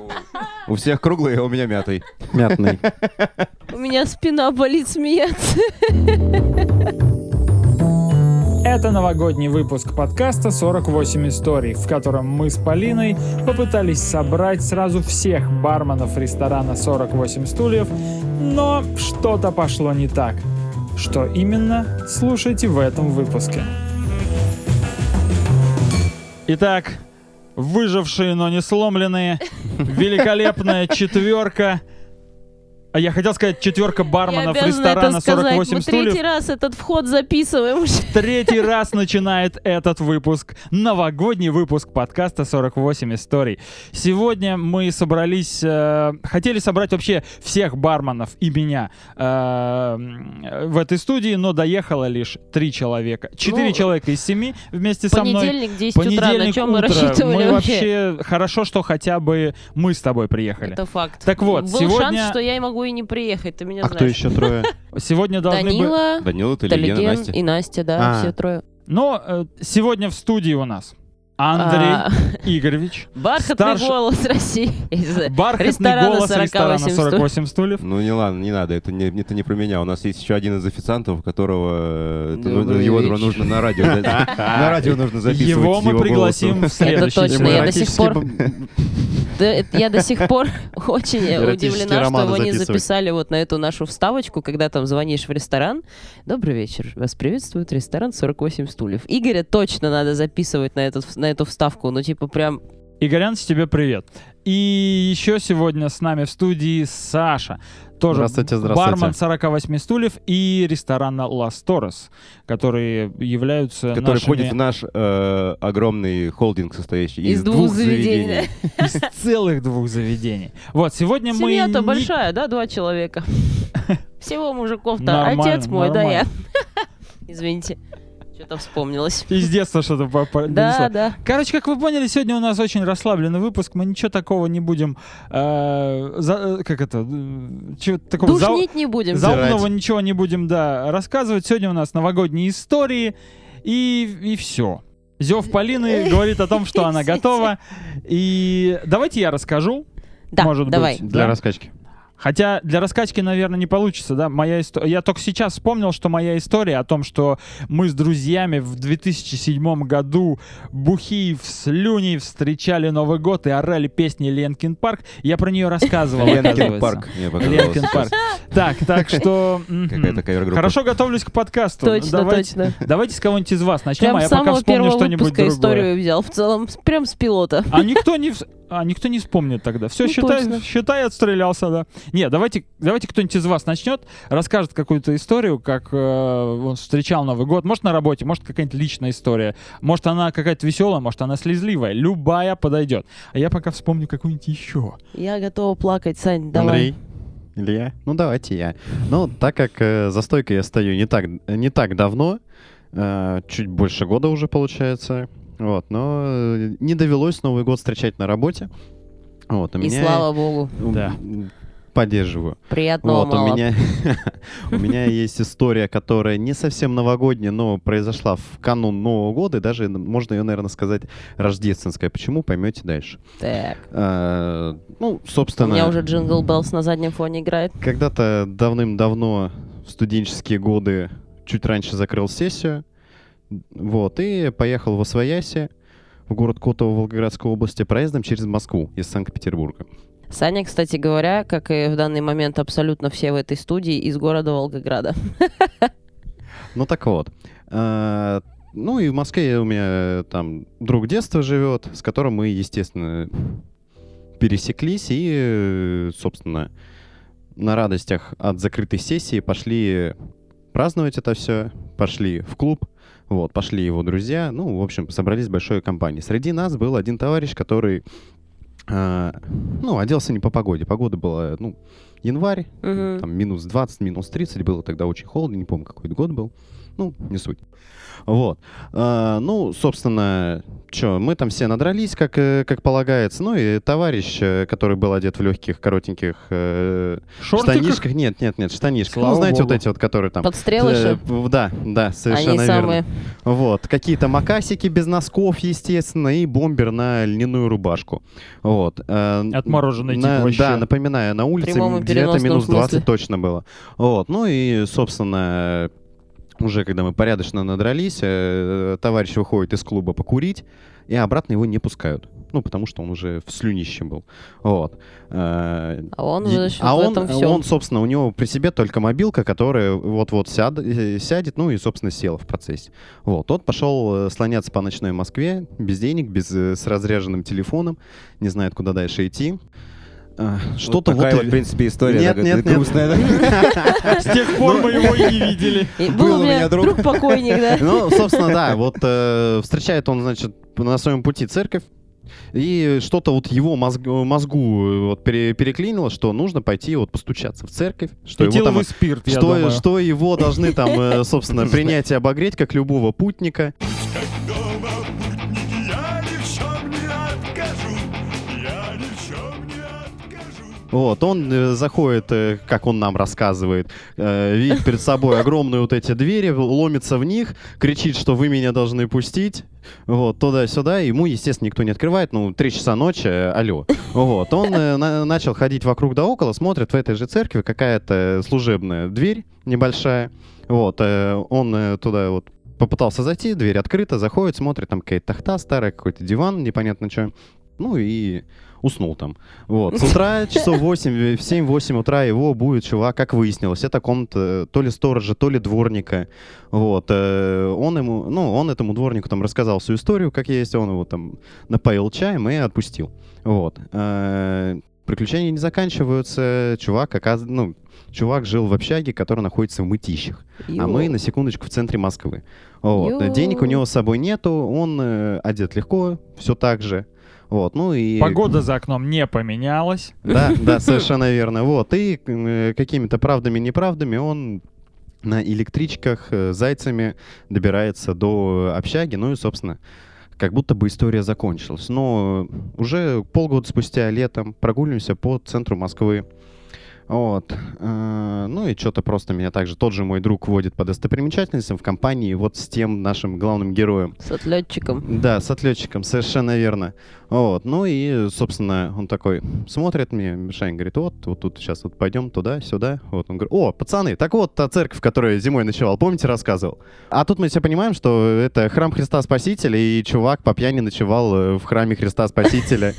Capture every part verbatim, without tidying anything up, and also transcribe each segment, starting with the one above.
У всех круглый, а у меня мятый. Мятный. У меня спина болит смеяться. Это новогодний выпуск подкаста «сорок восемь историй», в котором мы с Полиной попытались собрать сразу всех барменов ресторана «сорок восемь стульев», но что-то пошло не так. Что именно, слушайте в этом выпуске. Итак, выжившие, но не сломленные, великолепная четверка. А я хотел сказать четверка барменов ресторана «сорок восемь Мы стульев». третий раз этот вход записываем уже. Третий раз начинает этот выпуск, новогодний выпуск подкаста «сорок восемь историй». Сегодня мы собрались, э, хотели собрать вообще всех барменов и меня э, в этой студии, но доехало лишь три человека. Четыре Ну, человека из семи вместе со мной. Понедельник, десять утра, на чем мы утро. рассчитывали Мы вообще? вообще, хорошо, что хотя бы мы с тобой приехали. Это факт. Так вот, Был сегодня... шанс, что я и могу и не приехать, ты меня А знаешь. кто еще трое? Сегодня должны быть... Данила, Данила, ты, Лена, Талиген Настя. и Настя, да, А. все трое. Но э, сегодня в студии у нас Андрей А, Игоревич, Бархатный старший- голос России. из бархатный ресторана голос «сорок ресторана восемь «сорок восемь стульев». Ну не ладно, не надо, это не, это не про меня. У нас есть еще один из официантов, которого э, это Добрый ну, его вечер. нужно на радио. На радио нужно записывать. Его с мы пригласим голосом. в следующий точно, сезон. я до сих пор- Эротический Да, это я до сих пор очень Эротические удивлена, что романы его не записывать. записали вот на эту нашу вставочку, когда там звонишь в ресторан. Добрый вечер, вас приветствует ресторан «сорок восемь стульев». Игоря точно надо записывать на, этот, на эту вставку, ну типа прям... Игорянц, тебе привет. И еще сегодня с нами в студии Саша. Тоже Здравствуйте, здравствуйте. бармен «сорок восемь стульев» и ресторана «Лас Торрес», которые являются Который нашими... входит в наш э, огромный холдинг, состоящий из, Из двух заведений. из целых двух заведений. Вот, сегодня мы... Семья-то не- большая, да, два человека. Всего мужиков-то. Нормально, Отец мой, да я. нормально. Извините, что-то вспомнилось. Из детства что-то по- по- Да, донесло. да. Короче, как вы поняли, сегодня у нас очень расслабленный выпуск. Мы ничего такого не будем... э, за- э, как это? э, Чего такого... за- Душнить не будем. Заумного ничего не будем, да, рассказывать. Сегодня у нас новогодние истории. И, и все. Зев Полины говорит о том, что она готова. И давайте я расскажу. Да, может давай. быть. Для Да? раскачки. Хотя для раскачки, наверное, не получится, да? Моя исто- Я только сейчас вспомнил, что моя история о том, что мы с друзьями в две тысячи седьмом году бухие в слюни встречали Новый год и орали песни Ленкин Парк, я про нее рассказывал, Ленкин оказывается. Парк. мне показалось Ленкин сейчас. Парк. Так, так что... мгм. Какая-то кавер-группа. Хорошо готовлюсь к подкасту. Точно, давайте, точно. Давайте с кого-нибудь из вас начнем, Прям а я с пока самого вспомню первого что-нибудь выпуска другое. историю взял. В целом, с- прям с пилота. А никто не... вс- А никто не вспомнит тогда. Все, Ну, считай, точно. считай, отстрелялся, да. Не, давайте, давайте кто-нибудь из вас начнет, расскажет какую-то историю, как э, он встречал Новый год. Может, на работе, может, какая-нибудь личная история. Может, она какая-то веселая, может, она слезливая. Любая подойдет. А я пока вспомню какую-нибудь еще. Я готова плакать, Сань, давай. Андрей? Или я? Ну, давайте я. Ну, так как э, за стойкой я стою не так, не так давно, э, чуть больше года уже получается, вот, но э, не довелось Новый год встречать на работе. Вот, у И меня... слава богу, м, Да. Поддерживаю. приятного Вот, у мало. меня, у меня есть история, которая не совсем новогодняя, но произошла в канун Нового года, и даже можно ее, наверное, сказать рождественская. Почему, поймете дальше. Так, А, ну, у собственно, меня уже Джингл Беллс на заднем фоне играет. когда-то давным-давно в студенческие годы чуть раньше закрыл сессию, вот, и поехал в Освояси, в город Котово Волгоградской области, проездом через Москву из Санкт-Петербурга. Саня, кстати говоря, как и в данный момент абсолютно все в этой студии, из города Волгограда. Ну так вот. А, ну и в Москве у меня там друг детства живет, с которым мы, естественно, пересеклись и, э, собственно, на радостях от закрытой сессии пошли праздновать это все, пошли в клуб, вот, пошли его друзья, ну, в общем, собрались большой компанией. Среди нас был один товарищ, который, а, ну, оделся не по погоде. Погода была, ну, январь, Мгм. там минус двадцать, минус тридцать, было тогда очень холодно, не помню, какой год был. Ну, не суть. Вот. А, ну, собственно, что, мы там все надрались, как, как полагается. Ну, и товарищ, который был одет в легких, коротеньких э, штанишках. Нет, нет, нет, штанишках. Слава ну, знаете, Богу. вот эти вот, которые там... Подстрелыши? Э, да, да, совершенно Они верно. самые. Вот. Какие-то макасики без носков, естественно, и бомбер на льняную рубашку. Вот. Э, Отмороженный тип на, вообще. Да, напоминаю, на улице прямом и где-то переносном минус двадцать смысле. точно было. Вот. Ну и, собственно... Уже когда мы порядочно надрались, э, товарищ выходит из клуба покурить, и обратно его не пускают. Ну, потому что он уже в слюнище был. Вот. Э, А он и- значит, а в он, этом всем. он, собственно, у него при себе только мобилка, которая вот-вот сяд- э, сядет, ну и, собственно, села в процессе. Вот. Тот пошел э, слоняться по ночной Москве, без денег, без, э, с разряженным телефоном, не знает, куда дальше идти. А, Что-то Вот такая вот... вот, в принципе, история Нет, такая нет, нет. грустная. да? С тех пор мы его и не видели. И был был у у меня меня друг. друг покойник, да? Ну, собственно, да, вот э, встречает он, значит, на своем пути церковь, и что-то вот его мозгу, мозгу э, вот пере- переклинило, что нужно пойти вот постучаться в церковь, что его там, Этиловый спирт, я что, думаю. что его должны там, э, собственно, принять и обогреть, как любого путника. Дома путники, я ни в чем не откажу, я ни в чем не откажу. Вот, он э, заходит, э, как он нам рассказывает, э, видит перед собой огромные вот эти двери, ломится в них, кричит, что вы меня должны пустить. Вот, туда-сюда, ему, естественно, никто не открывает, ну, три часа ночи, э, алло. Вот, он э, на- начал ходить вокруг да около, смотрит в этой же церкви какая-то служебная дверь небольшая. Вот, э, он э, туда вот попытался зайти, дверь открыта, заходит, смотрит, там какая-то тахта старая, какой-то диван, непонятно что. Ну и уснул там. Вот. С утра, часов восемь, в семь-восемь утра его будет чувак, как выяснилось. Это комната то ли сторожа, то ли дворника. Вот. э, Он ему, ну, он этому дворнику там рассказал всю историю, как есть. Он его там напоил чаем и отпустил. Вот. Э, Приключения не заканчиваются. Чувак, оказ... ну, чувак жил в общаге, которая находится в Мытищах. А мы, на секундочку, в центре Москвы. Вот. Ё. Денег у него с собой нету, он э, одет легко, все так же. Вот, ну и... Погода за окном не поменялась. Да, да, совершенно верно. Вот, и э, какими-то правдами-неправдами он на электричках э, зайцами добирается до общаги, ну и, собственно, как будто бы история закончилась. Но уже полгода спустя, летом, прогуливаемся по центру Москвы. Вот. Э, Ну и что-то просто меня также тот же мой друг водит по достопримечательностям в компании вот с тем нашим главным героем. С отлетчиком. Да, с отлетчиком, совершенно верно. Вот. Ну и, собственно, он такой смотрит мне, Мишань говорит, вот, вот тут сейчас вот пойдем туда, сюда. Вот он говорит, о, пацаны, так вот та церковь, в которой зимой ночевал, помните, рассказывал? А тут мы все понимаем, что это храм Христа Спасителя, и чувак по пьяни ночевал э, в храме Христа Спасителя.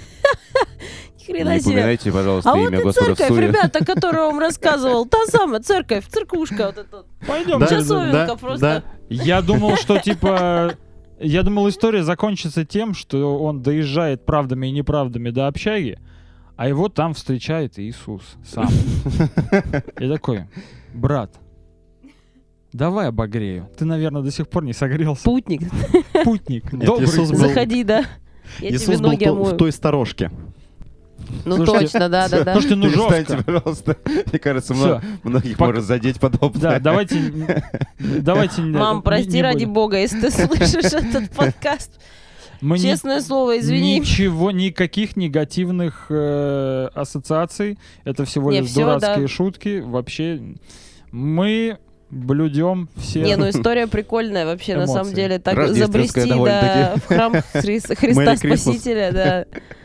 Ни хрена Не себе. упоминайте, пожалуйста, А вот имя и Господа в церковь, суе. ребята, которую я вам рассказывал. Та самая церковь, церквушка вот эта. Пойдем. Да, Часовенка да, просто. да. Я думал, что типа... Я думал, история закончится тем, что он доезжает правдами и неправдами до общаги, а его там встречает Иисус сам. И такой, брат, давай обогрею. Ты, наверное, до сих пор не согрелся. Путник. Путник. Нет, Добрый Иисус был- путь. Заходи, да. Я тебе Иисус был ноги то- омою. в той сторожке. Ну Слушайте, точно, да, да, да. Слушайте, ну Перестаньте, жестко. пожалуйста. Мне кажется, Всё. мно- многих Пок- может задеть подобное. Да, давайте... Давайте... Мам, не- прости не ради будем. бога, если ты слышишь этот подкаст. Мы не- Честное слово, извини. Ничего, никаких негативных э, ассоциаций. Это всего Не, лишь всё, дурацкие да. шутки. Вообще, мы блюдем все. Не, ну история прикольная вообще, на самом Эмоции. деле. Так Рождественская забрести, да, довольно-таки. в храм Хри- Христа Merry Christmas. Спасителя, да.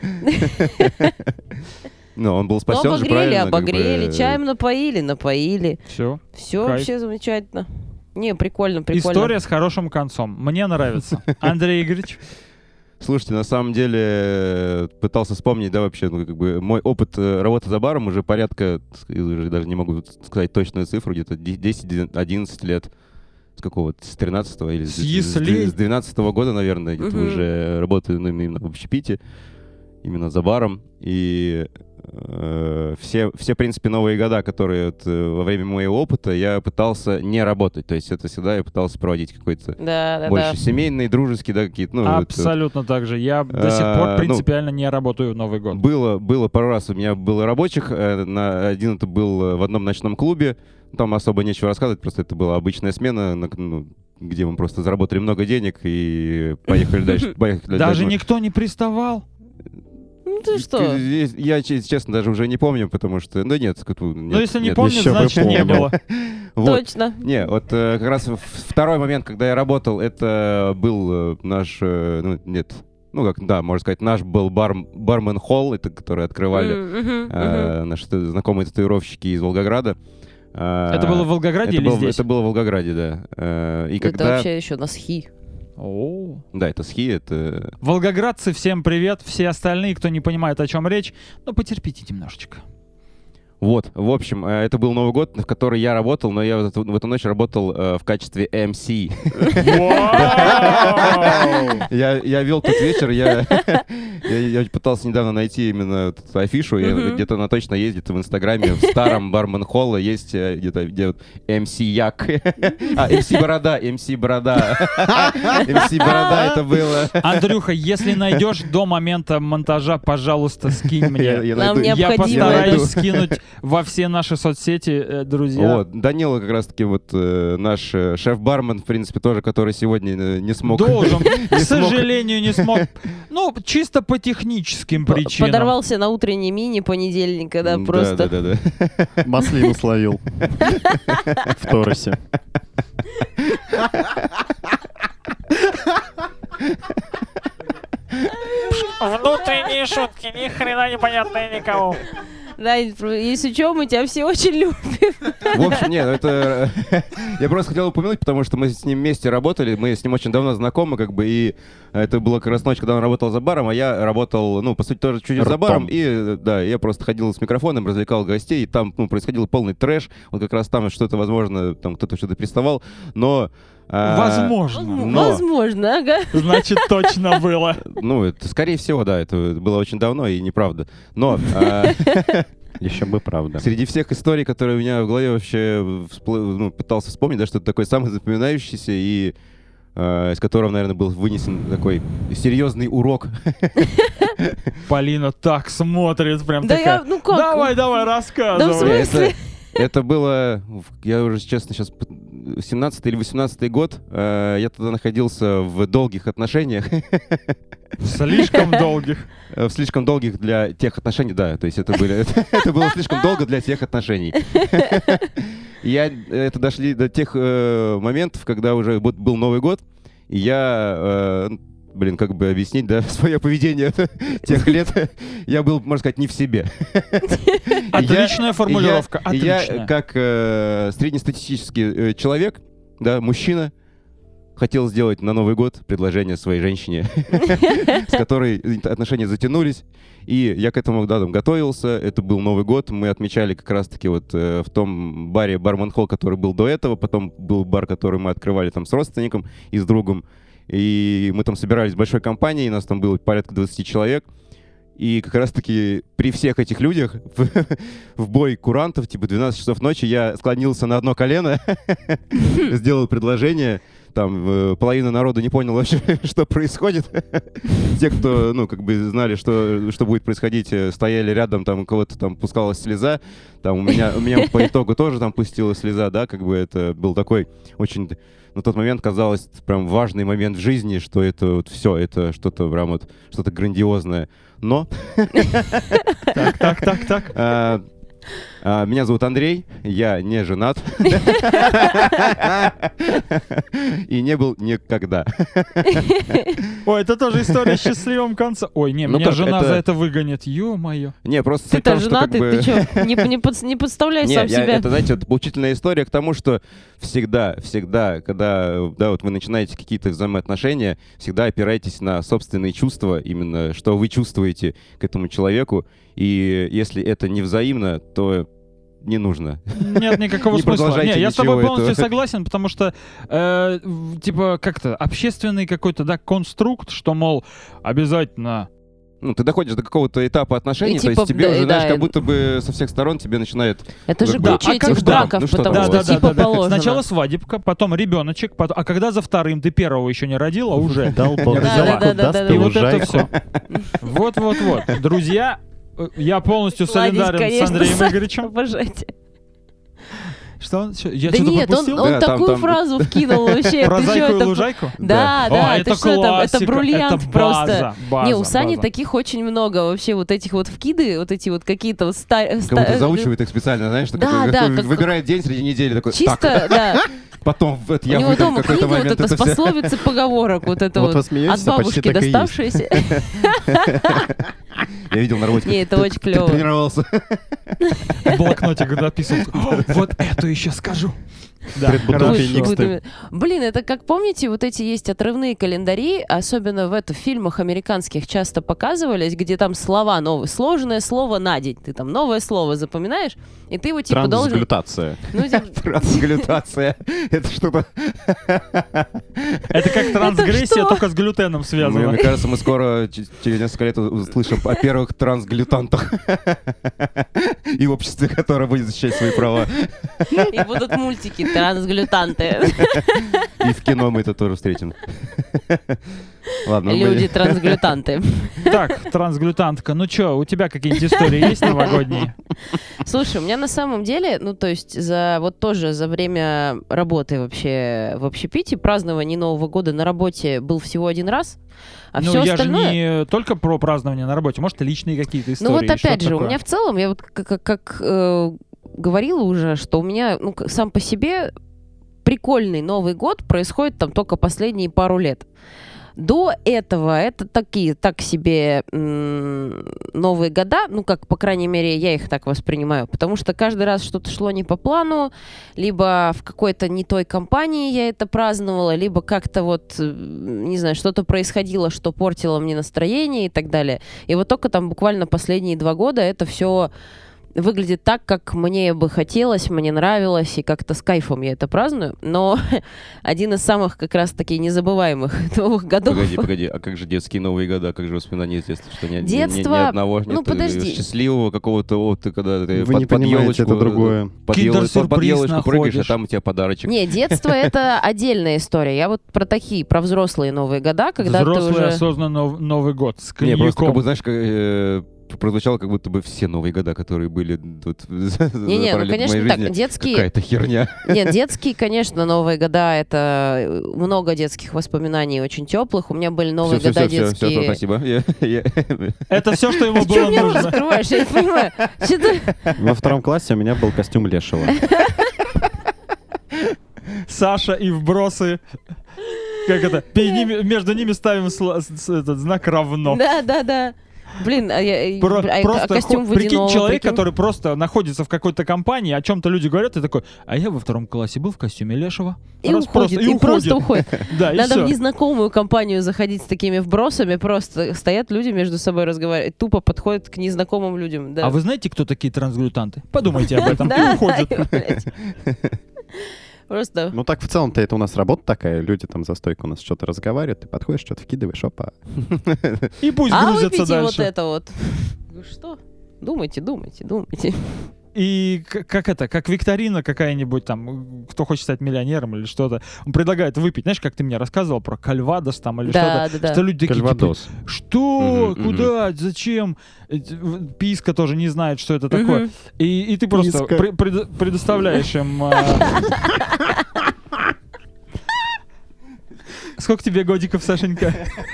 Ну, он был Ну, спасен же, обогрели, правильно? как бы. обогрели, чаем напоили, напоили. Все. Все Кайф. вообще замечательно. Не, прикольно, прикольно. История с хорошим концом. Мне нравится. Андрей Игоревич. Слушайте, на самом деле э, пытался вспомнить, да, вообще, ну, как бы мой опыт э, работы за баром уже порядка, ск- уже даже не могу сказать точную цифру, где-то десять-одиннадцать лет. С какого? С тринадцатого или с, С яслей? с двенадцатого года, наверное, где-то Мгм. уже работаю, ну, именно в общепите, именно за баром. И э, все, все, в принципе, новые года, которые вот, э, во время моего опыта, я пытался не работать. То есть это всегда я пытался проводить какой-то Да, да, больше да. семейный, дружеский, да, какие-то, ну, вот, Абсолютно так же. Я до сих А, пор ну, принципиально не работаю в Новый год. Было, было пару раз у меня было рабочих. э, На, один это был э, в одном ночном клубе. Там особо нечего рассказывать, просто это была обычная смена. на- ну, где мы просто заработали много денег и поехали дальше. Поехали Даже дальше. никто не приставал? Ну ты что? Здесь Я, че- честно, даже уже не помню, потому что... Ну нет, нет, Ну, если не нет. помнит, еще бы значит, не помнил. было. Вот. Точно. Не, вот э, как раз в- второй момент, когда я работал, это был э, наш... э, ну, нет, ну как, да, можно сказать, наш был бар, бармен Холл, это который открывали М, мгм, э, наши т- знакомые татуировщики из Волгограда. Э, Это было в Волгограде это или был- здесь? Это было в Волгограде, да. Э, и Это когда... вообще еще на схи. О. Да, это СХИ, это... Волгоградцы, всем привет. Все остальные, кто не понимает, о чем речь, ну, потерпите немножечко. Вот, в общем, э, это был Новый год, в который я работал, но я в эту, в эту ночь работал э, в качестве эм си. Я, я вел тот вечер, я, я, я пытался недавно найти именно вот эту афишу, и Мгм. где-то она точно есть, где-то в Инстаграме, в старом бармен Холла есть э, где-то где вот эм си Як. А, эм си Борода, эм си Борода. эм си Борода это было. Андрюха, если найдешь до момента монтажа, пожалуйста, скинь Я- мне. я Нам найду. Я необходимо постараюсь это. скинуть во все наши соцсети, э, друзья. Вот, Данила как раз-таки вот э, наш э, шеф-бармен, в принципе, тоже, который сегодня э, не смог. Должен. К Не смог. сожалению, не смог. Ну, чисто по техническим П- причинам. Подорвался на утренней мини понедельника, да, просто. Да, да, да, да. Маслину словил. В Торосе. Внутренние шутки, ни хрена непонятные никому. Да, и про- если что, мы тебя все очень любим. В общем, нет, ну это... Я просто хотел упомянуть, потому что мы с ним вместе работали, мы с ним очень давно знакомы, как бы, и это была как раз ночь, когда он работал за баром, а я работал, ну, по сути, тоже чуть за Ртом. баром, и, да, я просто ходил с микрофоном, развлекал гостей, и там, ну, происходил полный трэш, вот как раз там что-то, возможно, там кто-то что-то приставал, но... а, Возможно. Но- Возможно, ага. Значит, точно было. Ну, это, скорее всего, да, это было очень давно и неправда. Но а, Еще бы правда. среди всех историй, которые у меня в голове вообще всплы- ну, пытался вспомнить, да, что это такой самый запоминающийся и э, из которого, наверное, был вынесен такой серьезный урок. Полина так смотрит, прям Да такая. я, ну как? Давай, давай, Да в рассказывай. смысле? Это, это было, в- я уже, честно, сейчас семнадцатый или восемнадцатый год, э, я тогда находился в долгих отношениях, Слишком долгих. э, в слишком долгих для тех отношений, да, то есть это, были, это, это было слишком долго для тех отношений. И Я, это дошли до тех э, моментов, когда уже вот был Новый год, и я, э, блин, как бы объяснить, да, свое поведение тех лет, я был, можно сказать, не в себе. Отличная Я- формулировка. и я, Отличная. Я, как э, среднестатистический э, человек, да, мужчина, хотел сделать на Новый год предложение своей женщине, с которой отношения затянулись. И я к этому, да, там, готовился. Это был Новый год. Мы отмечали как раз-таки вот э, в том баре Бармен Холл, который был до этого. Потом был бар, который мы открывали там с родственником и с другом. И мы там собирались в большой компанией. Нас там было порядка двадцати человек. И как раз-таки при всех этих людях в, в бой курантов, типа двенадцать часов ночи, я склонился на одно колено, сделал предложение. Там э, половина народа не поняла вообще, что происходит. Те, кто, ну, как бы знали, что, что будет происходить, э, стояли рядом, там у кого-то там пускалась слеза. Там у меня, у меня по итогу тоже там пустилась слеза, да, как бы это был такой очень... На тот момент казалось прям важный момент в жизни, что это вот все, это что-то прям вот, что-то грандиозное. Но... Так, так, так, так. а, а, Меня зовут Андрей, я не женат. И не был никогда. Ой, это тоже история с счастливым концом. Ой, не, Ну меня как, жена это- за это выгонит. Ё-моё. Не, просто суть в Ты-то том, что как женатый, бы... ты что, не, не, под- не подставляй Не, сам я- себя. это, знаете, вот поучительная история к тому, что всегда, всегда, когда, да, вот вы начинаете какие-то взаимоотношения, всегда опирайтесь на собственные чувства, именно что вы чувствуете к этому человеку, и если это не взаимно, то не нужно. Нет никакого Не смысла. продолжайте Не, я с тобой ничего полностью этого. согласен, потому что, э, в- типа, как-то общественный какой-то, да, конструкт, что, мол, обязательно... Ну, ты доходишь до какого-то этапа отношений, И то типа, есть тебе да, уже, да, знаешь, и- как будто бы со всех сторон тебе начинает... Это же Да, куча а этих когда? браков, Ну что потому там? что Да, да, типа положено. Сначала свадебка, потом ребеночек, потом... а когда за вторым ты первого еще не родила, уже Дал бог не взяла, да, да, да, даст да, ты И вот это лужайку. все. Вот-вот-вот. Друзья, э, я полностью Владик, солидарен с конечно, Андреем Саша, Игоревичем. Обожайте. Что он? Чё, я Да что-то нет, он, пропустил? он Да, там- такую там- фразу вкинул вообще. Про Ты чё, зайку и это- лужайку? Да, О, да, это ты что там? Это классика, бриллиант это просто. база, база, Не, у Сани база. таких очень много вообще вот этих вот вкиды, вот эти вот какие-то вот ста- Как ста- будто заучивает их специально, знаешь, Да, такой, да, какой как- выбирает день среди недели, такой, Чисто, так, да. потом в это У я него выдам дома в какой-то книга вот момент это с это всё. пословиц и поговорок, вот это Вот вот вы от смеетесь, а почти бабушки так и есть. доставшиеся. Я видел на работе. Не, как это ты- очень ты клёво. тренировался. Блокнотик записывал. О, вот эту еще скажу. Да, Предбутылка хорошо. и Никс. Буду- Блин, это как помните, вот эти есть отрывные календари, особенно в это, в фильмах американских часто показывались, где там слова новые, сложное слово на день. Ты там новое слово запоминаешь, и ты его типа должен... Трансглютация. Ну, типа, Трансглютация. Это что-то... Это как трансгрессия, что? только с глютеном Мне связано. мне кажется, мы скоро, ч- через несколько лет, услышим о первых трансглютантах и обществе, которое будет защищать свои права. и будут мультики трансглютанты. И в кино мы это тоже встретим. Ладно, мы- Люди трансглютанты. Так, трансглютантка, ну чё, у тебя какие-нибудь истории есть новогодние? Слушай, у меня на самом деле, ну, то есть за вот тоже за время работы вообще в общепите празднование Нового года на работе был всего один раз, а Ну, все я остальное... же не только про празднование на работе, может, и личные какие-то истории. Ну вот что опять же, у такое? меня в целом, я вот как, как- как, э, говорила уже, что у меня ну, к- сам по себе прикольный Новый год происходит там только последние пару лет. До этого это такие, так себе м, Новые года, ну, как, по крайней мере, я их так воспринимаю, потому что каждый раз что-то шло не по плану, либо в какой-то не той компании я это праздновала, либо как-то вот, э, не знаю, что-то происходило, что портило мне настроение и так далее. И вот только там буквально последние два года это все выглядит так, как мне бы хотелось, мне нравилось, и как-то с кайфом я это праздную. Но один из самых как раз-таки незабываемых новых годов... Погоди, погоди, а как же детские Новые года, как же воспоминания из детства, что ни, ни- ни- Детство? ни одного Ну, нет, э, подожди. счастливого какого-то, вот ты когда ты Вы под, не под понимаете, елочку, это другое. под, ело- Киндер-сюрприз под елочку прыгаешь, а находишь. там у тебя подарочек. Не, детство — это отдельная история. Я вот про такие, про взрослые Новые года, когда Взрослый ты уже... осознанный нов- Новый год с Не, просто как коньяком. бы, знаешь, как, э, прозвучало, как будто бы все Новые года, которые были тут за- за Не-не, ну, пару лет в конечно, моей так, жизни, детские... какая-то херня. Нет, детские, конечно, Новые года — это э, много детских воспоминаний, очень теплых. У меня были Новые Всё, всё, года всё, всё, всё, детские... спасибо. Я- я- Это все, что ему Ты чё было мне рот нужно. закрываешь? Я не понимаю. Чё ты- Во втором классе у меня был костюм лешего. Саша и вбросы. Как это? перед ними- между ними ставим сла- с- с- этот знак равно. Да, да, да. Блин, а, я, Про- а- а просто костюм хо- прикинь, водяного, человек, прикинь. который просто находится в какой-то компании, о чем-то люди говорят, и такой, а я во втором классе был в костюме лешего. И Раз уходит, просто, и, просто уходит. Да, и Надо всё. в незнакомую компанию заходить с такими вбросами, просто стоят люди между собой разговаривают, тупо подходят к незнакомым людям. Да. А вы знаете, кто такие трансглютанты? Подумайте об этом. Да, И уходят. блядь. Просто... Ну так в целом-то это у нас работа такая, люди там за стойкой у нас что-то разговаривают, ты подходишь, что-то вкидываешь, опа. И пусть А грузятся выпейте вот дальше. это вот. Вы что? Думайте, думайте, думайте. И к- как это, как викторина какая-нибудь там, кто хочет стать миллионером или что-то, он предлагает выпить. Знаешь, как ты мне рассказывал про кальвадос там или Да, что-то? да, да. Что люди такие, типа, Кальвадос. что? Мгм, Куда? Зачем? Эти, в- Писка тоже не знает, что это такое. Мгм. И, и ты просто Писка. пре- предо- предоставляешь им... а, Сколько тебе годиков, Сашенька?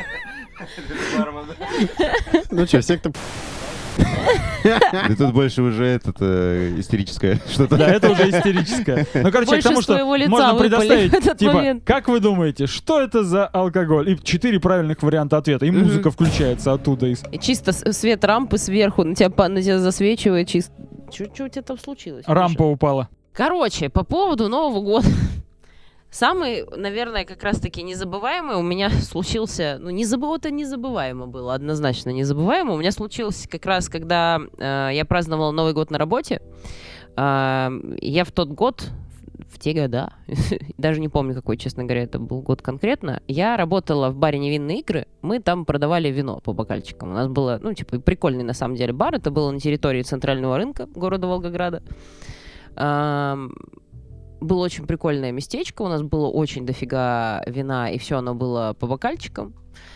Ну что, все, кто... Да тут больше уже этот, э, истерическое что-то. Да, это уже истерическое. Ну, короче, Больше к тому, с что твоего лица можно выпали предоставить, в этот типа, момент. как вы думаете, что это за алкоголь? И четыре правильных варианта ответа. И Мгм. музыка включается оттуда. из- И чисто с- свет рампы сверху на тебя, по- на тебя засвечивает чисто. Что у тебя там случилось? Рампа упала. Короче, по поводу Нового года. Самый, наверное, как раз-таки незабываемый у меня случился... Ну, незабыво это незабываемо было, однозначно незабываемо. У меня случилось как раз, когда э, я праздновала Новый год на работе. Э, я в тот год, в те года, даже не помню, какой, честно говоря, это был год конкретно, я работала в баре «Невинные игры». Мы там продавали вино по бокальчикам. У нас было, ну, типа, прикольный на самом деле бар. Это было на территории центрального рынка города Волгограда. Эм, Было очень прикольное местечко, у нас было очень дофига вина, и все оно было по бокальчикам.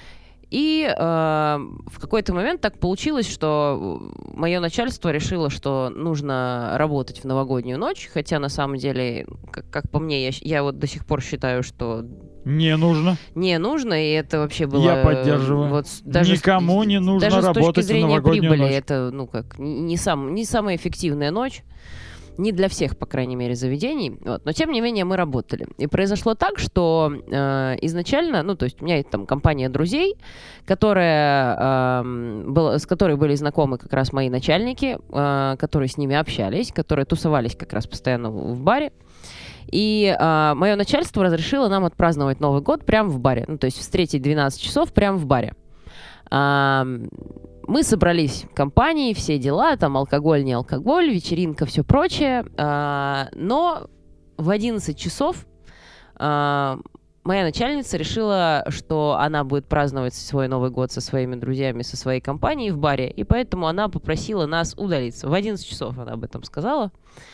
И э, в какой-то момент так получилось, что мое начальство решило, что нужно работать в новогоднюю ночь, хотя на самом деле, как, как по мне, я, я вот до сих пор считаю, что Не нужно. не нужно, и это вообще было... Я поддерживаю. Вот, даже Никому с, не нужно даже работать с точки в зрения новогоднюю прибыли, ночь. это, ну как, не, сам, не самая эффективная ночь. Не для всех, по крайней мере, заведений. Вот. Но, тем не менее, мы работали. И произошло так, что э, изначально, ну, то есть у меня есть там компания друзей, которая, э, была, с которой были знакомы как раз мои начальники, э, которые с ними общались, которые тусовались как раз постоянно в баре. И э, мое начальство разрешило нам отпраздновать Новый год прямо в баре. Ну, то есть встретить двенадцать часов прямо в баре. Э, Мы собрались компанией, все дела, там алкоголь, не алкоголь, вечеринка, все прочее. А, но в одиннадцать часов а, моя начальница решила, что она будет праздновать свой Новый год со своими друзьями, со своей компанией в баре, и поэтому она попросила нас удалиться. В одиннадцать часов она об этом сказала.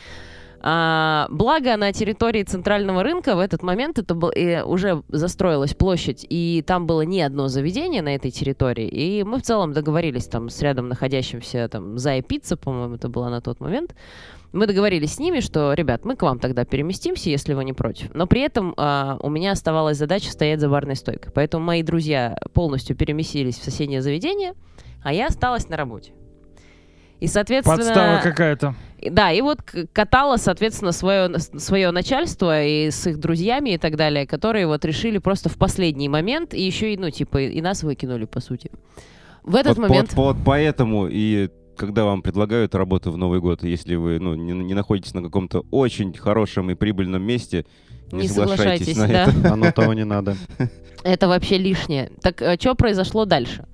А, благо, на территории центрального рынка в этот момент это был, и уже застроилась площадь, и там было не одно заведение на этой территории, и мы в целом договорились там с рядом находящимся там Зая Пицца, по-моему, это было на тот момент. Мы договорились с ними, что, ребят, мы к вам тогда переместимся, если вы не против. Но при этом а, у меня оставалась задача стоять за барной стойкой. Поэтому мои друзья полностью переместились в соседнее заведение, а я осталась на работе. И, соответственно... Подстава какая-то. Да, и вот катала, соответственно, свое, свое начальство и с их друзьями и так далее, которые вот решили просто в последний момент, и еще и, ну, типа, и нас выкинули, по сути. В этот вот, момент... Вот, вот поэтому и когда вам предлагают работу в Новый год, если вы ну, не, не находитесь на каком-то очень хорошем и прибыльном месте, не, Не соглашайтесь, соглашайтесь, на да. это. Оно того не надо. Это вообще лишнее. Так что произошло дальше?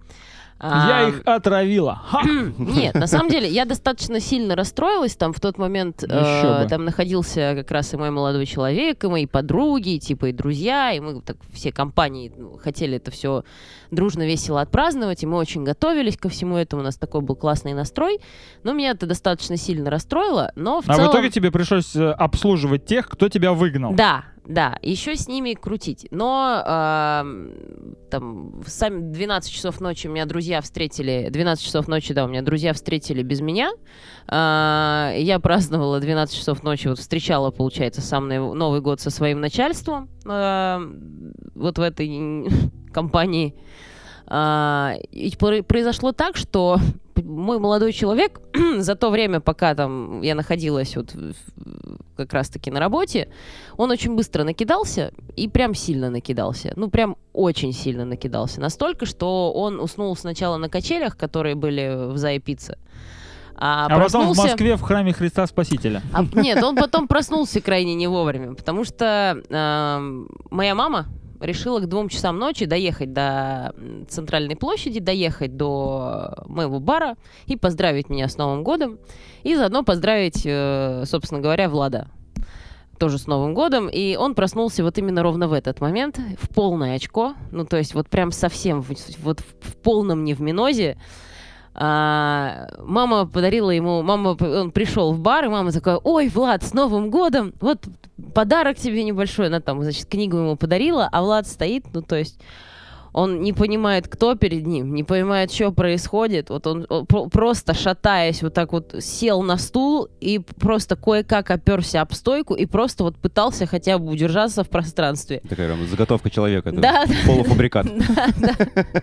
Я А, их отравила. Ха! Нет, на самом деле, я достаточно сильно расстроилась. Там в тот момент Еще э, бы. там находился как раз и мой молодой человек, и мои подруги, и, типа, и друзья, и мы так все компании ну, хотели это все дружно, весело отпраздновать, и мы очень готовились ко всему этому, у нас такой был классный настрой. Но меня это достаточно сильно расстроило, но в А целом... в итоге тебе пришлось э, обслуживать тех, кто тебя выгнал. Да, да, еще с ними крутить. Но э, там сами двенадцать часов ночи у меня друзья встретили, двенадцать часов ночи, да, у меня друзья встретили без меня. Э, я праздновала двенадцать часов ночи, вот встречала, получается, сам Новый год со своим начальством э, вот в этой компании. Э, и произошло так, что мой молодой человек за то время, пока там я находилась вот как раз-таки на работе, он очень быстро накидался и прям сильно накидался. Ну, прям очень сильно накидался. Настолько, что он уснул сначала на качелях, которые были в Зая Пицца. А, А потом в проснулся- Москве в храме Христа Спасителя. а, нет, он потом проснулся крайне не вовремя, потому что э, моя мама решила к двум часам ночи доехать до м, центральной площади, доехать до моего бара и поздравить меня с Новым годом. И заодно поздравить, э, собственно говоря, Влада тоже с Новым годом. И он проснулся вот именно ровно в этот момент, в полное очко. Ну, то есть вот прям совсем в- вот в полном невминозе. А, мама подарила ему, мама, он пришел в бар, и мама такая: ой, Влад, с Новым годом, вот подарок тебе небольшой. Она там, значит, книгу ему подарила, а Влад стоит, ну, то есть он не понимает, кто перед ним, не понимает, что происходит. Вот он, он про- просто шатаясь вот так вот сел на стул и просто кое-как оперся об стойку и просто вот пытался хотя бы удержаться в пространстве. Такая прям заготовка человека. это Да, да. Полуфабрикат. Да, да.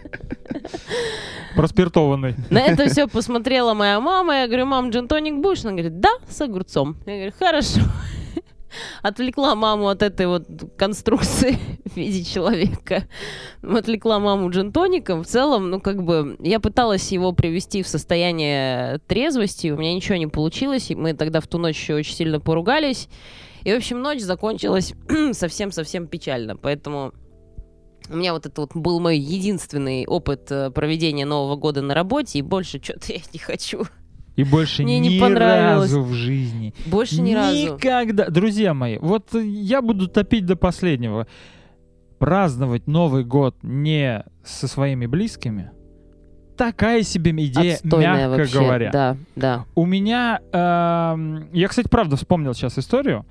Проспиртованный. На это все посмотрела моя мама. Я говорю: мам, джин-тоник будешь? Она говорит: да, с огурцом. Я говорю: хорошо. Отвлекла маму от этой вот конструкции в виде человека. Отвлекла маму джин-тоником. В целом, ну, как бы, я пыталась его привести в состояние трезвости, у меня ничего не получилось, и мы тогда в ту ночь еще очень сильно поругались. И, в общем, ночь закончилась совсем-совсем печально, поэтому... У меня вот это вот был мой единственный опыт э, проведения Нового года на работе, и больше что-то я не хочу. И больше Мне не ни понравилось. разу в жизни. Больше ни разу. Никогда. Друзья мои, вот э, я буду топить до последнего. Праздновать Новый год не со своими близкими — такая себе идея, Отстойная мягко вообще. говоря. Да, да. У меня... эм, я, кстати, правда вспомнил сейчас историю.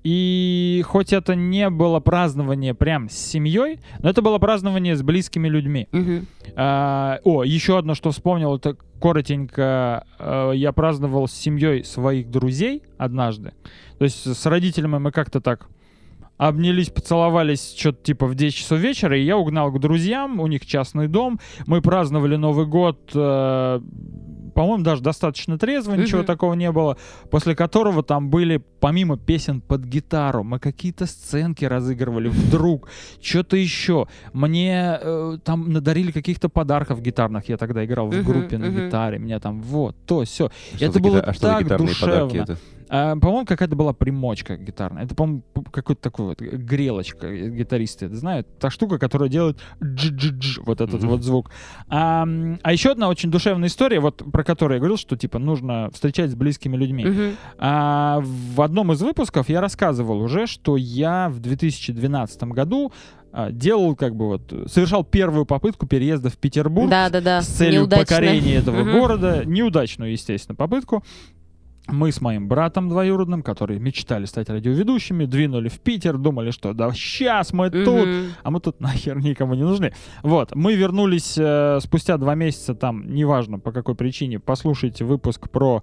И хоть это не было празднование прям с семьей, но это было празднование с близкими людьми. Мгм. А, о, еще одно, что вспомнил, это коротенько. а, Я праздновал с семьей своих друзей однажды. То есть с родителями мы как-то так обнялись, поцеловались что-то типа в десять часов вечера, и я угнал к друзьям, у них частный дом. Мы праздновали Новый год, э, по-моему, даже достаточно трезво, ничего Мгм. такого не было, после которого там были, помимо песен под гитару, мы какие-то сценки разыгрывали вдруг, что-то еще. Мне э, там надарили каких-то подарков гитарных, я тогда играл в Мгм, группе на мгм. гитаре, меня там вот, то, все. Что Это за было гита- а что за так гитарные подарки душевно. это? А, по-моему, какая-то была примочка гитарная. Это, по-моему, п- какой-то такой вот грелочка. Гитаристы это знают. Та штука, которая делает дж-дж-дж, вот этот Мгм. вот звук. А, м, а еще одна очень душевная история, вот про которую я говорил, что типа нужно встречать с близкими людьми. Мгм. А, в одном из выпусков я рассказывал уже, что я в две тысячи двенадцатом году а, делал как бы вот, совершал первую попытку переезда в Петербург Да-да-да. с целью Неудачно. покорения этого Мгм. города. Неудачную, естественно, попытку. Мы с моим братом двоюродным, которые мечтали стать радиоведущими, двинули в Питер, думали, что да сейчас мы тут, Мгм. а мы тут нахер никому не нужны. Вот, мы вернулись э, спустя два месяца, там, неважно по какой причине, послушайте выпуск про...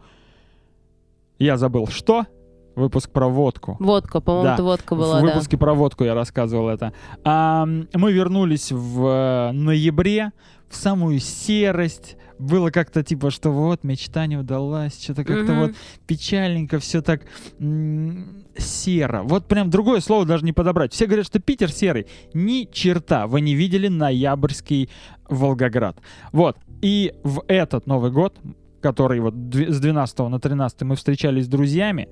Я забыл, что? Выпуск про водку. Водка, по-моему, Да. это водка была, В да. выпуске про водку я рассказывал это. А, м, мы вернулись в э, ноябре, в самую серость. Было как-то типа, что вот, мечта не удалась, что-то как-то Мгм. вот печальненько, все так м, серо. Вот прям другое слово даже не подобрать. Все говорят, что Питер серый. Ни черта. Вы не видели ноябрьский Волгоград. Вот. И в этот Новый год, который вот дв- с двенадцатого на тринадцатый мы встречались с друзьями,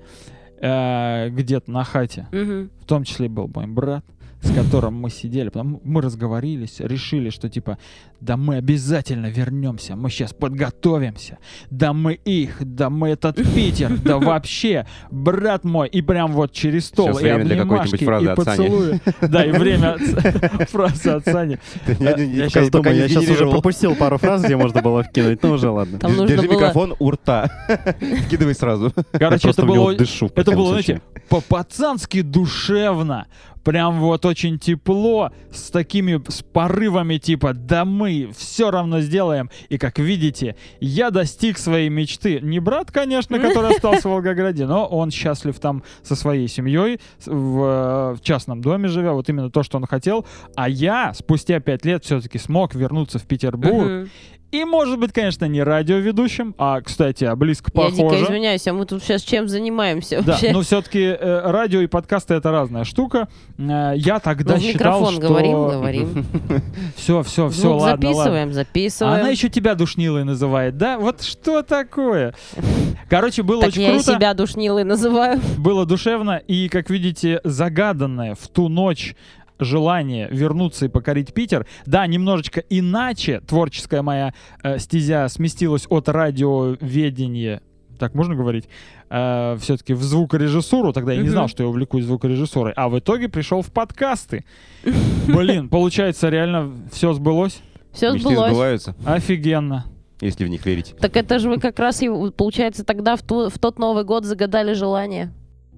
э, где-то на хате. Мгм. В том числе был мой брат, с которым мы сидели, потом мы разговорились, решили, что типа, да мы обязательно вернемся, мы сейчас подготовимся, да мы их, да мы этот Питер, да вообще, брат мой, и прям вот через стол, Сейчас и время для какой-нибудь обнимашки, фразы и от Сани. поцелуи. Да, и время от- фразы от Сани. Я сейчас думаю, я сейчас уже пропустил пару фраз, где можно было вкинуть, ну уже ладно. Там нужно Держи было- микрофон у рта. Вкидывай сразу. Короче, Просто это в него было... дышу в Это таком было, случае. знаете, по-пацански душевно. Прям вот очень тепло, с такими с порывами типа, да мы все равно сделаем. И как видите, я достиг своей мечты. Не брат, конечно, который остался в Волгограде, но он счастлив там со своей семьей, с- в, в частном доме живя, вот именно то, что он хотел. А я спустя пять лет все-таки смог вернуться в Петербург. Мгм. И, может быть, конечно, не радиоведущим, а, кстати, а близко Я дико похоже. извиняюсь, а мы тут сейчас чем занимаемся Да, вообще? но все-таки радио и подкасты — это разная штука. Э, я тогда Ну, в считал, микрофон что... говорим, говорим. Все, все, все, Звук ладно, записываем, ладно. записываем. А она еще тебя душнилой называет, да? Вот что такое? Короче, было Так очень я и круто, себя душнилой называю. было душевно, и, как видите, загаданное в ту ночь желание вернуться и покорить Питер. Да, немножечко иначе творческая моя э, стезя сместилась от радиоведения, так можно говорить, э, все-таки в звукорежиссуру. Тогда я не Мгм. знал, что я увлекусь звукорежиссурой. А в итоге пришел в подкасты. Блин, получается, реально все сбылось? Все Мечты сбылось. сбываются, Офигенно. если в них верить. Так это же вы как раз, и, получается, тогда в, ту- в тот Новый год загадали желание.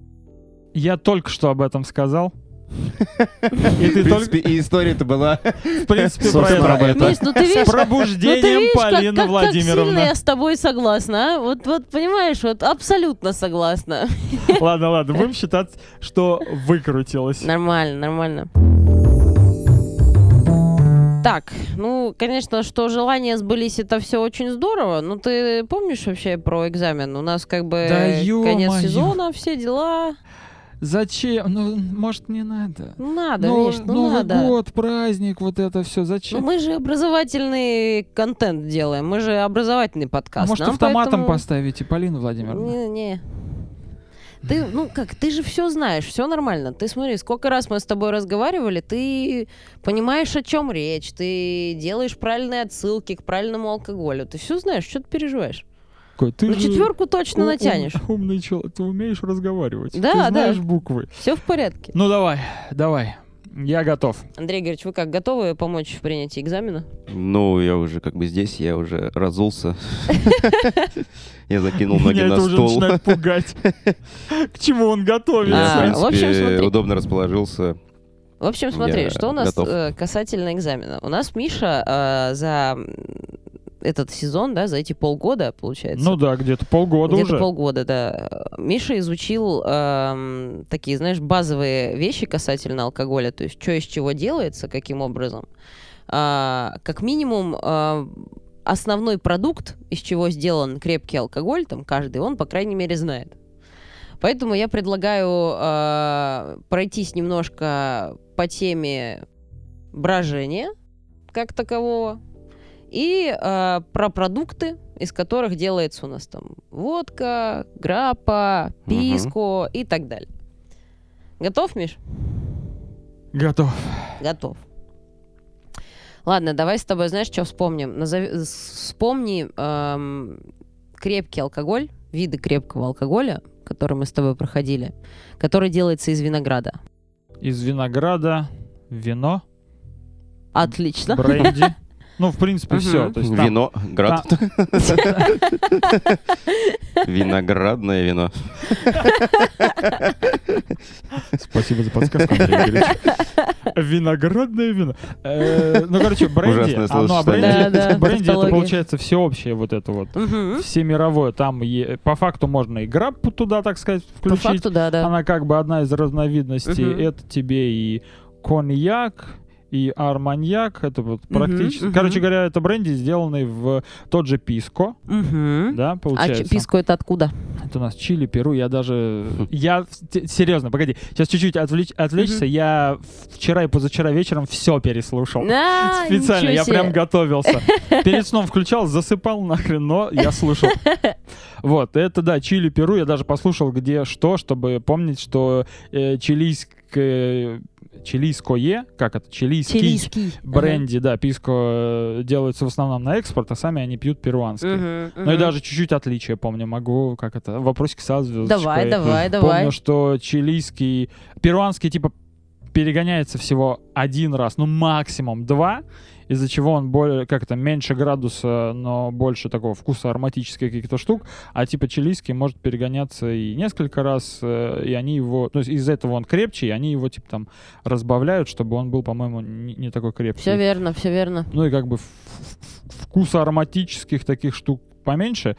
Я только что об этом сказал. И В ты только, принципе, и история-то была... в принципе, про Собственно, это. об этом. Миш, ну ты видишь, С ну ты пробуждением, видишь, как, Полина как- как Владимировна. сильно я с тобой согласна, а? Вот, вот понимаешь, вот абсолютно согласна. Ладно, ладно, будем считать, что выкрутилась. Нормально, нормально. Так, ну, конечно, что желания сбылись, это все очень здорово. Ну, ты помнишь вообще про экзамен? У нас как бы Да конец ё-моё. сезона, все дела. Зачем? Ну, может, не надо. Ну, надо, Ну, Миш, ну Новый надо. год, праздник, вот это все. Ну, Зачем? мы же образовательный контент делаем, мы же образовательный А подкаст. может, Нам автоматом поэтому- поставите, Полина Владимировна? Не-не. Ты, ну как, ты же все знаешь, все нормально. Ты смотри, сколько раз мы с тобой разговаривали, ты понимаешь, о чем речь, ты делаешь правильные отсылки к правильному алкоголю. Ты все знаешь, что ты переживаешь? Какой ты Ну, же четверку точно ум- натянешь. ум- умный человек, ты умеешь разговаривать. Да, ты да. знаешь буквы. Все в порядке. Ну, давай, давай. Я готов. Андрей Георгиевич, вы как, готовы помочь в принятии экзамена? Ну, я уже как бы здесь, я уже разулся. Я закинул ноги Меня на это уже стол. начинает пугать. К чему он готовится? Я, А, в в общем, принципе, смотри. удобно расположился. В общем, смотри, Я что у нас готов. э, касательно экзамена. У нас Миша э, за этот сезон, да, за эти полгода, получается. Ну да, где-то полгода Где-то уже. полгода, да. Миша изучил эм, такие, знаешь, базовые вещи касательно алкоголя, то есть что из чего делается, каким образом. А, как минимум, а, основной продукт, из чего сделан крепкий алкоголь, там каждый, он, по крайней мере, знает. Поэтому я предлагаю а, пройтись немножко по теме брожения как такового, и э, про продукты, из которых делается у нас там водка, граппа, писко и так далее. Готов, Миш? Готов. Готов. Ладно, давай с тобой, знаешь, что вспомним? Назови, вспомни эм, крепкий алкоголь, виды крепкого алкоголя, который мы с тобой проходили, который делается из винограда. Из винограда вино, Отлично. бренди. Ну, в принципе, Мгм. все. То есть там- Вино, град. Виноградное вино. Спасибо за подсказку, Андрей Игоревич. Виноградное вино. Э, Ну, короче, бренди. Ужасное а, ну, а бренди, словосочетание. Да, да, бренди это тавтология. получается всеобщее вот это вот. Мгм. Всемировое. Там е- по факту можно и граппу туда, так сказать, По включить. факту, да, да. Она как бы одна из разновидностей. Мгм. Это тебе и коньяк, и арманьяк. Это вот Мгм, практически... мгм. Короче говоря, это бренди, сделанный в тот же писко. Мгм. Да, А получается. ч- писко это откуда? Это у нас Чили, Перу. Я даже... Я... т- Серьезно, погоди. Сейчас чуть-чуть отвлечь, отвлечься. Я вчера и позавчера вечером все переслушал. А, Специально, ничего я себе. прям готовился. Перед сном включал, засыпал нахрен, но я слушал. Вот, это да, Чили, Перу. Я даже послушал, где что, чтобы помнить, что э, чилийское... Чилийское, как это? Чилийский, Чилийский. бренди, да, писко э, делаются в основном на экспорт, а сами они пьют перуанский. Мгм, Ну и мгм. даже чуть-чуть отличия помню, могу, как это, вопросик со звездочкой. Давай, давай, Помню, давай. что чилийский, перуанский типа перегоняется всего один раз, ну максимум два, из-за чего он более, как это, меньше градуса, но больше такого вкуса ароматических каких-то штук, а типа чилийский может перегоняться и несколько раз, э, и они его, то есть из-за этого он крепче, и они его типа там разбавляют, чтобы он был, по-моему, не, не такой крепкий. Все верно, все верно. Ну и как бы в- в- вкуса ароматических таких штук поменьше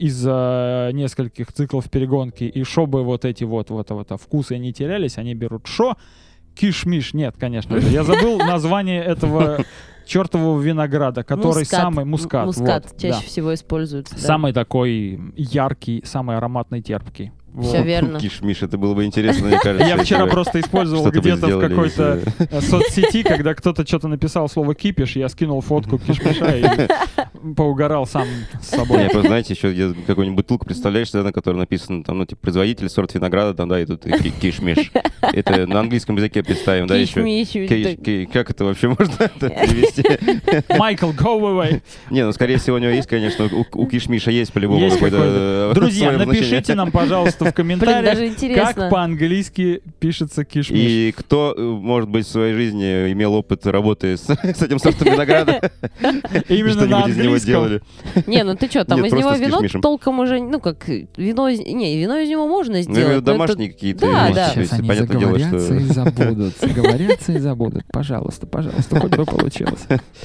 из-за нескольких циклов перегонки, и чтобы вот эти вот, вот, вот вкусы не терялись, они берут шо? Кишмиш. Нет, конечно же. Я забыл название этого чертового винограда, который Мускат. самый мускат. М- Мускат вот, чаще да. всего используется. да. Самый такой яркий, самый ароматный, терпкий. Всё Вот. верно. Киш-миш, это было бы интересно, мне кажется. Я вчера если просто использовал что-то бы где-то в сделали какой-то из, э, э, соцсети, когда кто-то что-то написал слово кипиш, я скинул фотку кишмиша и поугарал сам с Не, собой. просто, знаете, еще где- какую-нибудь бутылку представляешь, да, на которой написано, там, ну, типа, производитель, сорт винограда, там, да, и тут и ки- киш-миш. Это на английском языке представим, да, еще. Киш-миш, Киш- да. ки- Как это вообще можно это перевести? Майкл, go away. Не, ну, скорее всего, у него есть, конечно, у, у киш-миша есть по-любому Есть какой-то... какой-то. э, Друзья, свое напишите значение. нам, пожалуйста, в Блин, комментариях, даже интересно. как по-английски пишется кишмиш. И кто, э, может быть, в своей жизни имел опыт работы с, с этим сортом винограда? Именно на Что-нибудь из него английском. делали? Не, ну ты что, там Нет, из просто него с вино кишмишем. толком уже, ну как, вино, из- не, вино из него можно Ну, сделать. но это- домашние какие-то Да, вещи, да. то Сейчас есть, они понятное дело, заговорятся и что... забудут. Заговорятся и забудут. Пожалуйста, пожалуйста, хоть бы получилось.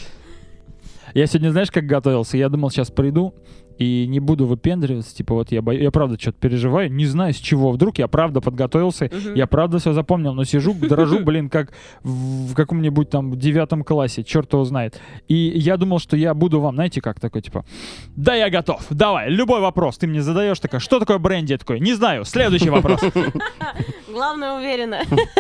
Я сегодня, знаешь, как готовился? Я думал, сейчас приду и не буду выпендриваться. Типа, вот я, бо- я правда что-то переживаю, не знаю с чего. Вдруг я правда подготовился, Мгм. я правда все запомнил, но сижу, дрожу, блин, как в, в каком-нибудь там девятом классе, черт его знает. И я думал, что я буду вам, знаете, как такой, типа, да, я готов, давай, любой вопрос ты мне задаешь, такая, что такое бренди? Я такой, не знаю, следующий вопрос. Главное, уверенно.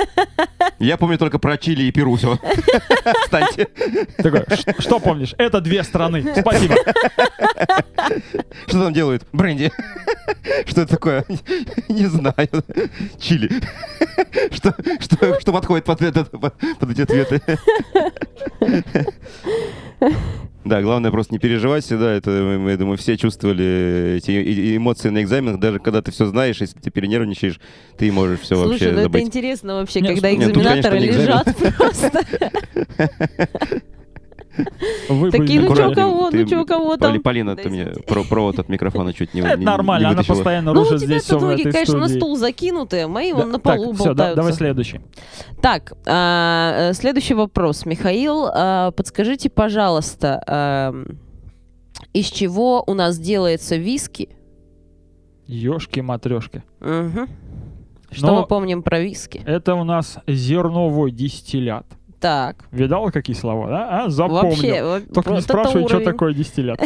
Я помню только про Чили и Перу, все. Кстати. Такой, «Ш- что помнишь? Это две страны, спасибо. Что там делают? Бренди. Что это такое? Не знаю. Чили. Что, что, что подходит под, этот, под, под эти ответы? Да, главное просто не переживать всегда. Это, мы, я думаю, все чувствовали эти эмоции на экзаменах. Даже когда ты все знаешь, если ты перенервничаешь, ты можешь все Слушай, вообще ну забыть. это интересно вообще, Нет, когда нет, тут, экзаменаторы конечно, не лежат просто. Вы Такие, ну были- чё, у Аккуратнее, кого, ты- ну чё, у кого там? Поли- Полина, Да, ты мне извините. про- провод от микрофона чуть не Это не- нормально, не она вытащила. постоянно Ну, у рушит тебя здесь все в ноги, этой конечно, на студии. стул закинуты, мои Да, вон на полу так, все, болтаются. давай следующий. Так, а, э, следующий вопрос. Михаил, а, подскажите, пожалуйста, а, из чего у нас делается виски? Ёшки-матрёшки. Мгм. Что Но- мы помним про виски? Это у нас зерновой дистиллят. Так, Видал, какие слова, да? А, запомнил. вообще, во- Только не вот это спрашивай, что уровень. такое дистиллят.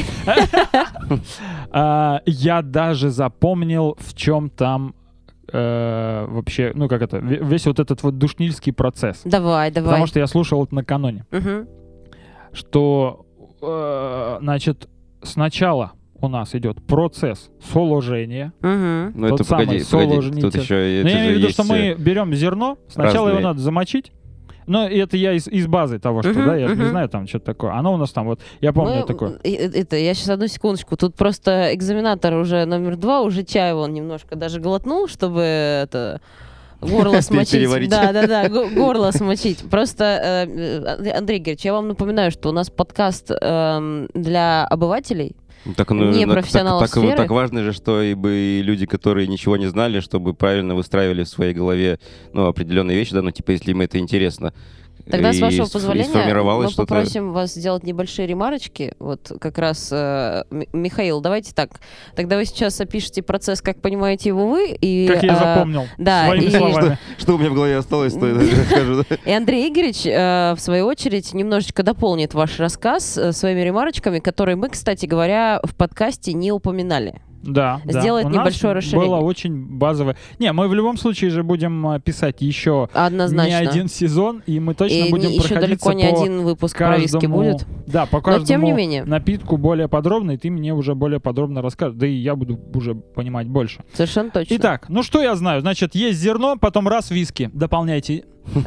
А, Я даже запомнил, в чем там э, вообще, ну как это, ве- весь вот этот вот душнильский процесс. Давай, давай. Потому что я слушал это накануне, Мгм. что, э, значит, сначала у нас идет процесс соложения. Мгм. Ну, Тот это самый погоди, погоди, соложнитель. тут еще Но это я же имею в виду, есть, что мы э, берем зерно, сначала его разные. надо замочить. Ну, и это я из, из базы того, что, Мгм, да, я же не мгм. знаю там что-то такое. Оно у нас там вот, я помню Мы- такое. и- и- Это, я сейчас одну секундочку. Тут просто экзаменатор уже номер два, уже чай он немножко даже глотнул, чтобы это горло смочить. Переварить. Да, да, да, го- горло смочить. Просто, э, э, Андрей Игоревич, я вам напоминаю, что у нас подкаст эм, для обывателей. Ну, Так, ну, не так- профессионалов так, так, сферы. так важно же, что и, бы и люди, которые ничего не знали, чтобы правильно выстраивали в своей голове ну, определенные вещи, да, ну, типа, если им это интересно. Тогда, с И вашего сф- и позволения, сформировалось мы что-то. попросим вас сделать небольшие ремарочки. Вот как раз, э, М- Михаил, давайте так. Тогда вы сейчас опишите процесс, как понимаете его вы. И, Как я э, запомнил да, своими и- словами. Что у меня в голове осталось, то я расскажу. да. И Андрей Игоревич, э, в свою очередь, немножечко дополнит ваш рассказ э, своими ремарочками, которые мы, кстати говоря, в подкасте не упоминали. Да, да. Сделает У нас небольшое расширение. было очень базовое. Не, мы в любом случае же будем а, писать еще Однозначно. не один сезон, и мы точно И будем не- еще проходиться далеко не по один выпуск про виски каждому- будет. Да, по Но каждому тем не менее, напитку более подробно, и ты мне уже более подробно расскажешь. Да и я буду уже понимать больше. совершенно точно. Итак, ну что я знаю? Значит, есть зерно, потом раз виски. Дополняйте.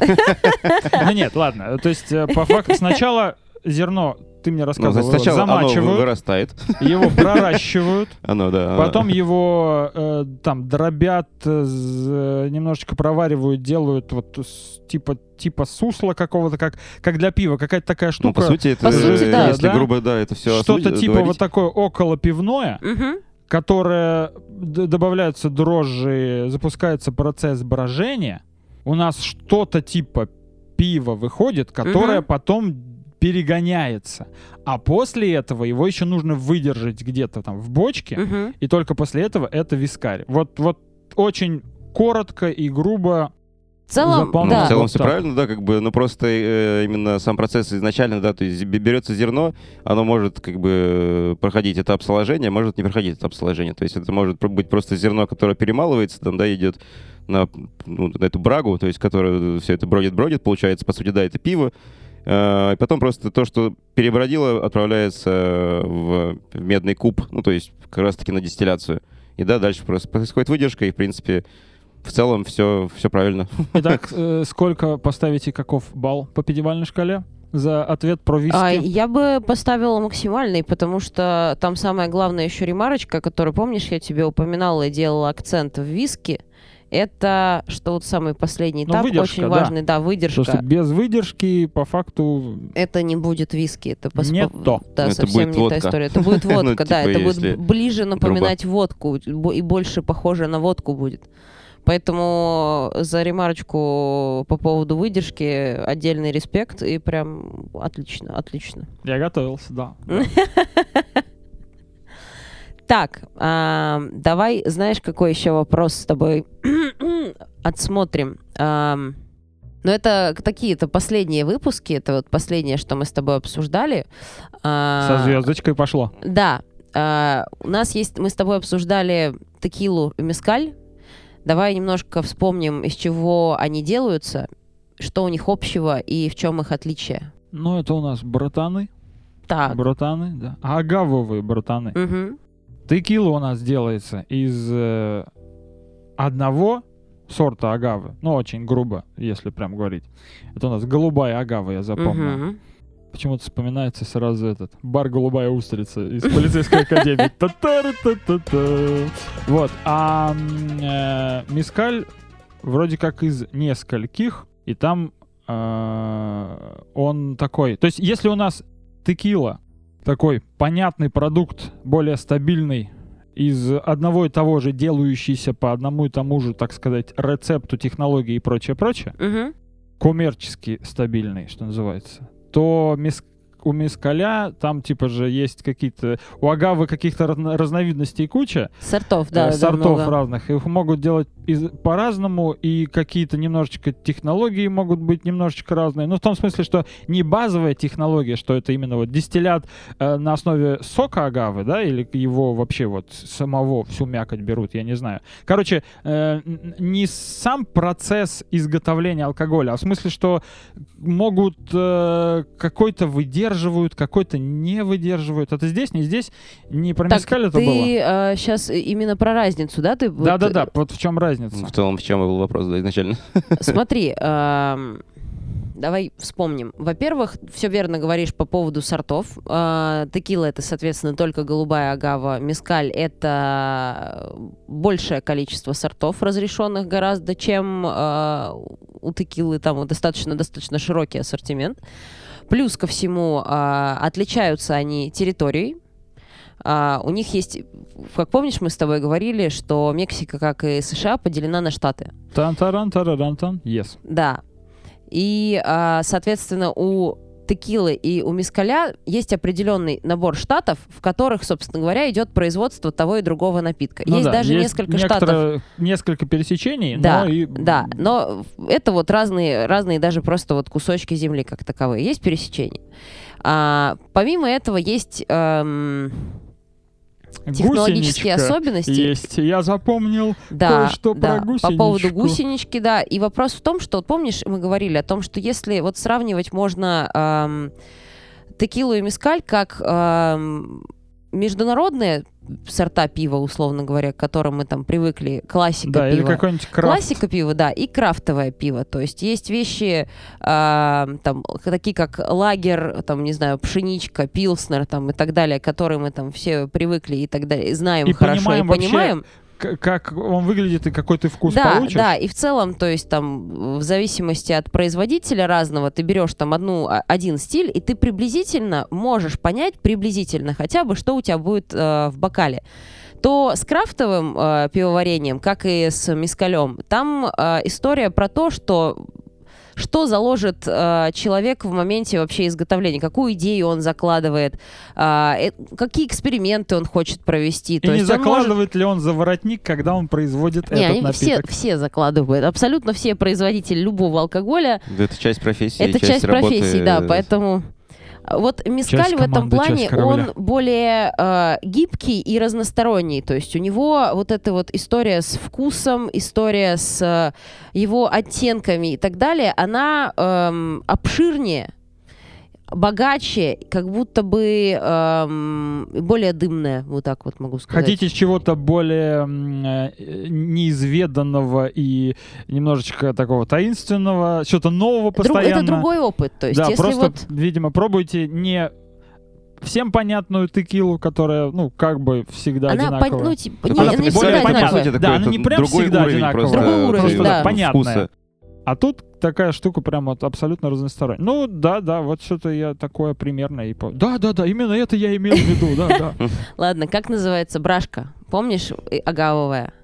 Ну нет, ладно. То есть, э, по факту, сначала зерно, ты мне Ну, рассказывал, его сначала оно вы- замачивают, вырастает. его проращивают, Оно, да. потом его э, там дробят, э, з- немножечко проваривают, делают вот с- типа типа сусла какого-то, как как для пива, какая-то такая Ну, штука. по сути, это, По сути, э, да. если Да. грубо, да, это все Что-то типа вот такое около пивное, Мгм. которое д- добавляются дрожжи, запускается процесс брожения. У нас что-то типа пива выходит, которое Мгм. потом перегоняется. А после этого его еще нужно выдержать где-то там в бочке, Мгм. и только после этого это вискарь. Вот, вот очень коротко и грубо. В целом, Запомнил. Ну, да. в целом Вот все так. правильно, да, как бы, ну просто э, именно сам процесс изначально, да, то есть бе- берется зерно, оно может как бы проходить этап сложения, может не проходить этап сложения, то есть это может про- быть просто зерно, которое перемалывается, там, да, идет на, ну, на эту брагу, то есть которое все это бродит-бродит, получается, по сути, да, это пиво, Э, и потом просто то, что перебродило, отправляется в, в медный куб, ну, то есть как раз-таки на дистилляцию. И да, дальше просто происходит выдержка, и, в принципе, в целом все, все правильно. Итак, э, сколько поставите, каков балл по пятибалльной шкале за ответ про виски? А, я бы поставила максимальный, потому что там самая главная еще ремарочка, которую, помнишь, я тебе упоминала и делала акцент в виски, это, что вот самый последний Ну, этап, выдержка, очень да. важный, да, выдержка. Потому что без выдержки по факту Это не будет виски, это пос- Не то. Да, Это совсем будет не водка. та история. Это будет Ну, водка, да, типа, это будет если ближе напоминать водку бо- и больше похоже на водку будет. Поэтому за ремарочку по поводу выдержки отдельный респект и прям отлично, отлично. я готовился, да. Так, а, давай, знаешь, какой еще вопрос с тобой отсмотрим. А, ну, это такие-то последние выпуски, это вот последнее, что мы с тобой обсуждали. А, Со звездочкой пошло. Да, а, у нас есть, мы с тобой обсуждали текилу и мескаль. Давай немножко вспомним, из чего они делаются, что у них общего и в чем их отличие. Ну, это у нас братаны. Так, Братаны, да. Агавовые братаны. мгм. Текила у нас делается из э, одного сорта агавы. Ну, очень грубо, если прям говорить. Это у нас голубая агава, я запомнил. Мгм. Почему-то вспоминается сразу этот бар «Голубая устрица» из полицейской академии. Та-та-ра-та-та-та. Вот. А м, э, мескаль вроде как из нескольких, и там э, он такой... То есть если у нас текила такой понятный продукт, более стабильный, из одного и того же, делающийся по одному и тому же, так сказать, рецепту, технологии и прочее-прочее, Мгм. коммерчески стабильный, что называется, то мес- у мескаля там типа же есть какие-то... У агавы каких-то разно- разновидностей куча, Сортов, да, э, да, сортов много. разных. Их могут делать из- по-разному, и какие-то немножечко технологии могут быть немножечко разные. Ну, в том смысле, что не базовая технология, что это именно вот дистиллят э, на основе сока агавы, да, или его вообще вот самого всю мякоть берут, я не знаю. Короче, э, н- не сам процесс изготовления алкоголя, а в смысле, что могут э, какой-то выдерживают, какой-то не выдерживают. Это здесь, не здесь, не про Так, мескаль это было. ты сейчас именно про разницу, да? Ты вот, Да-да-да, вот в чем разница. В целом, в чем был вопрос, да, изначально? Смотри, эм, давай вспомним. Во-первых, все верно говоришь по поводу сортов. Э, Текила — это, соответственно, только голубая агава. Мескаль — это большее количество сортов, разрешенных гораздо, чем э, у текилы. Там достаточно-достаточно широкий ассортимент. Плюс ко всему, э, отличаются они территорией. Uh, у них есть, как помнишь, мы с тобой говорили, что Мексика, как и США, поделена на штаты. Тан-таран-тараран-тан. Yes. Да. И, uh, соответственно, у текилы и у мескаля есть определенный набор штатов, в которых, собственно говоря, идет производство того и другого напитка. Ну есть да, даже есть несколько штатов. некоторое- Несколько пересечений, Да, но и... да, но это вот разные, разные даже просто вот кусочки земли как таковые. Есть пересечения. А, помимо этого есть... эм, технологические Гусеничка особенности. есть. Я запомнил Да, кое-что да, про по поводу гусеничку. гусенички, да. И вопрос в том, что, вот помнишь, мы говорили о том, что если вот сравнивать можно эм, текилу и мескаль как эм, международные сорта пива, условно говоря, к которым мы там привыкли, классика Да, пива. или какой-нибудь крафт. Классика пива, да, и крафтовое пиво. То есть есть вещи, э, там, такие как лагер, там, не знаю, пшеничка, пилснер, там, и так далее, к которым мы там все привыкли и так далее, и знаем И хорошо, понимаем и вообще, понимаем. К- как он выглядит и какой ты вкус Да, получишь. да, и в целом, то есть там в зависимости от производителя разного, ты берешь там одну, а- один стиль, и ты приблизительно можешь понять, приблизительно хотя бы, что у тебя будет э, в бокале. То с крафтовым э, пивоварением, как и с мескалем, там э, история про то, что что заложит э, человек в моменте вообще изготовления, какую идею он закладывает, э, э, какие эксперименты он хочет провести. И То не есть он может- закладывает ли он за воротник, когда он производит Не, этот они все, напиток? все закладывают. Абсолютно все производители любого алкоголя. Это часть профессии, Это часть работы. профессии, да. Поэтому вот мескаль Часть в этом команды, плане, часть корабля. он более э, гибкий и разносторонний. То есть у него вот эта вот история с вкусом, история с э, его оттенками и так далее, она эм, обширнее, богаче, как будто бы эм, более дымная, вот так вот могу сказать. Хотите чего-то более м, э, неизведанного и немножечко такого таинственного, что-то нового Друг- постоянно? это другой опыт. То есть Да, если просто, вот видимо, пробуйте не всем понятную текилу, которая, ну, как бы всегда она, одинаковая. пон- ну, типа, Это не, просто не более всегда понятно. по одинаковая. сути, Да, такой она не это прям другой всегда уровень одинаковая. просто, Другой уровень, просто да. понятная. вкуса. А тут такая штука прям вот абсолютно разносторонняя. Ну, да, да, вот что-то я такое примерно и по... Да, да, да, именно это я имел в виду, да, да. Ладно, как называется брашка? Помнишь, э, агавовая?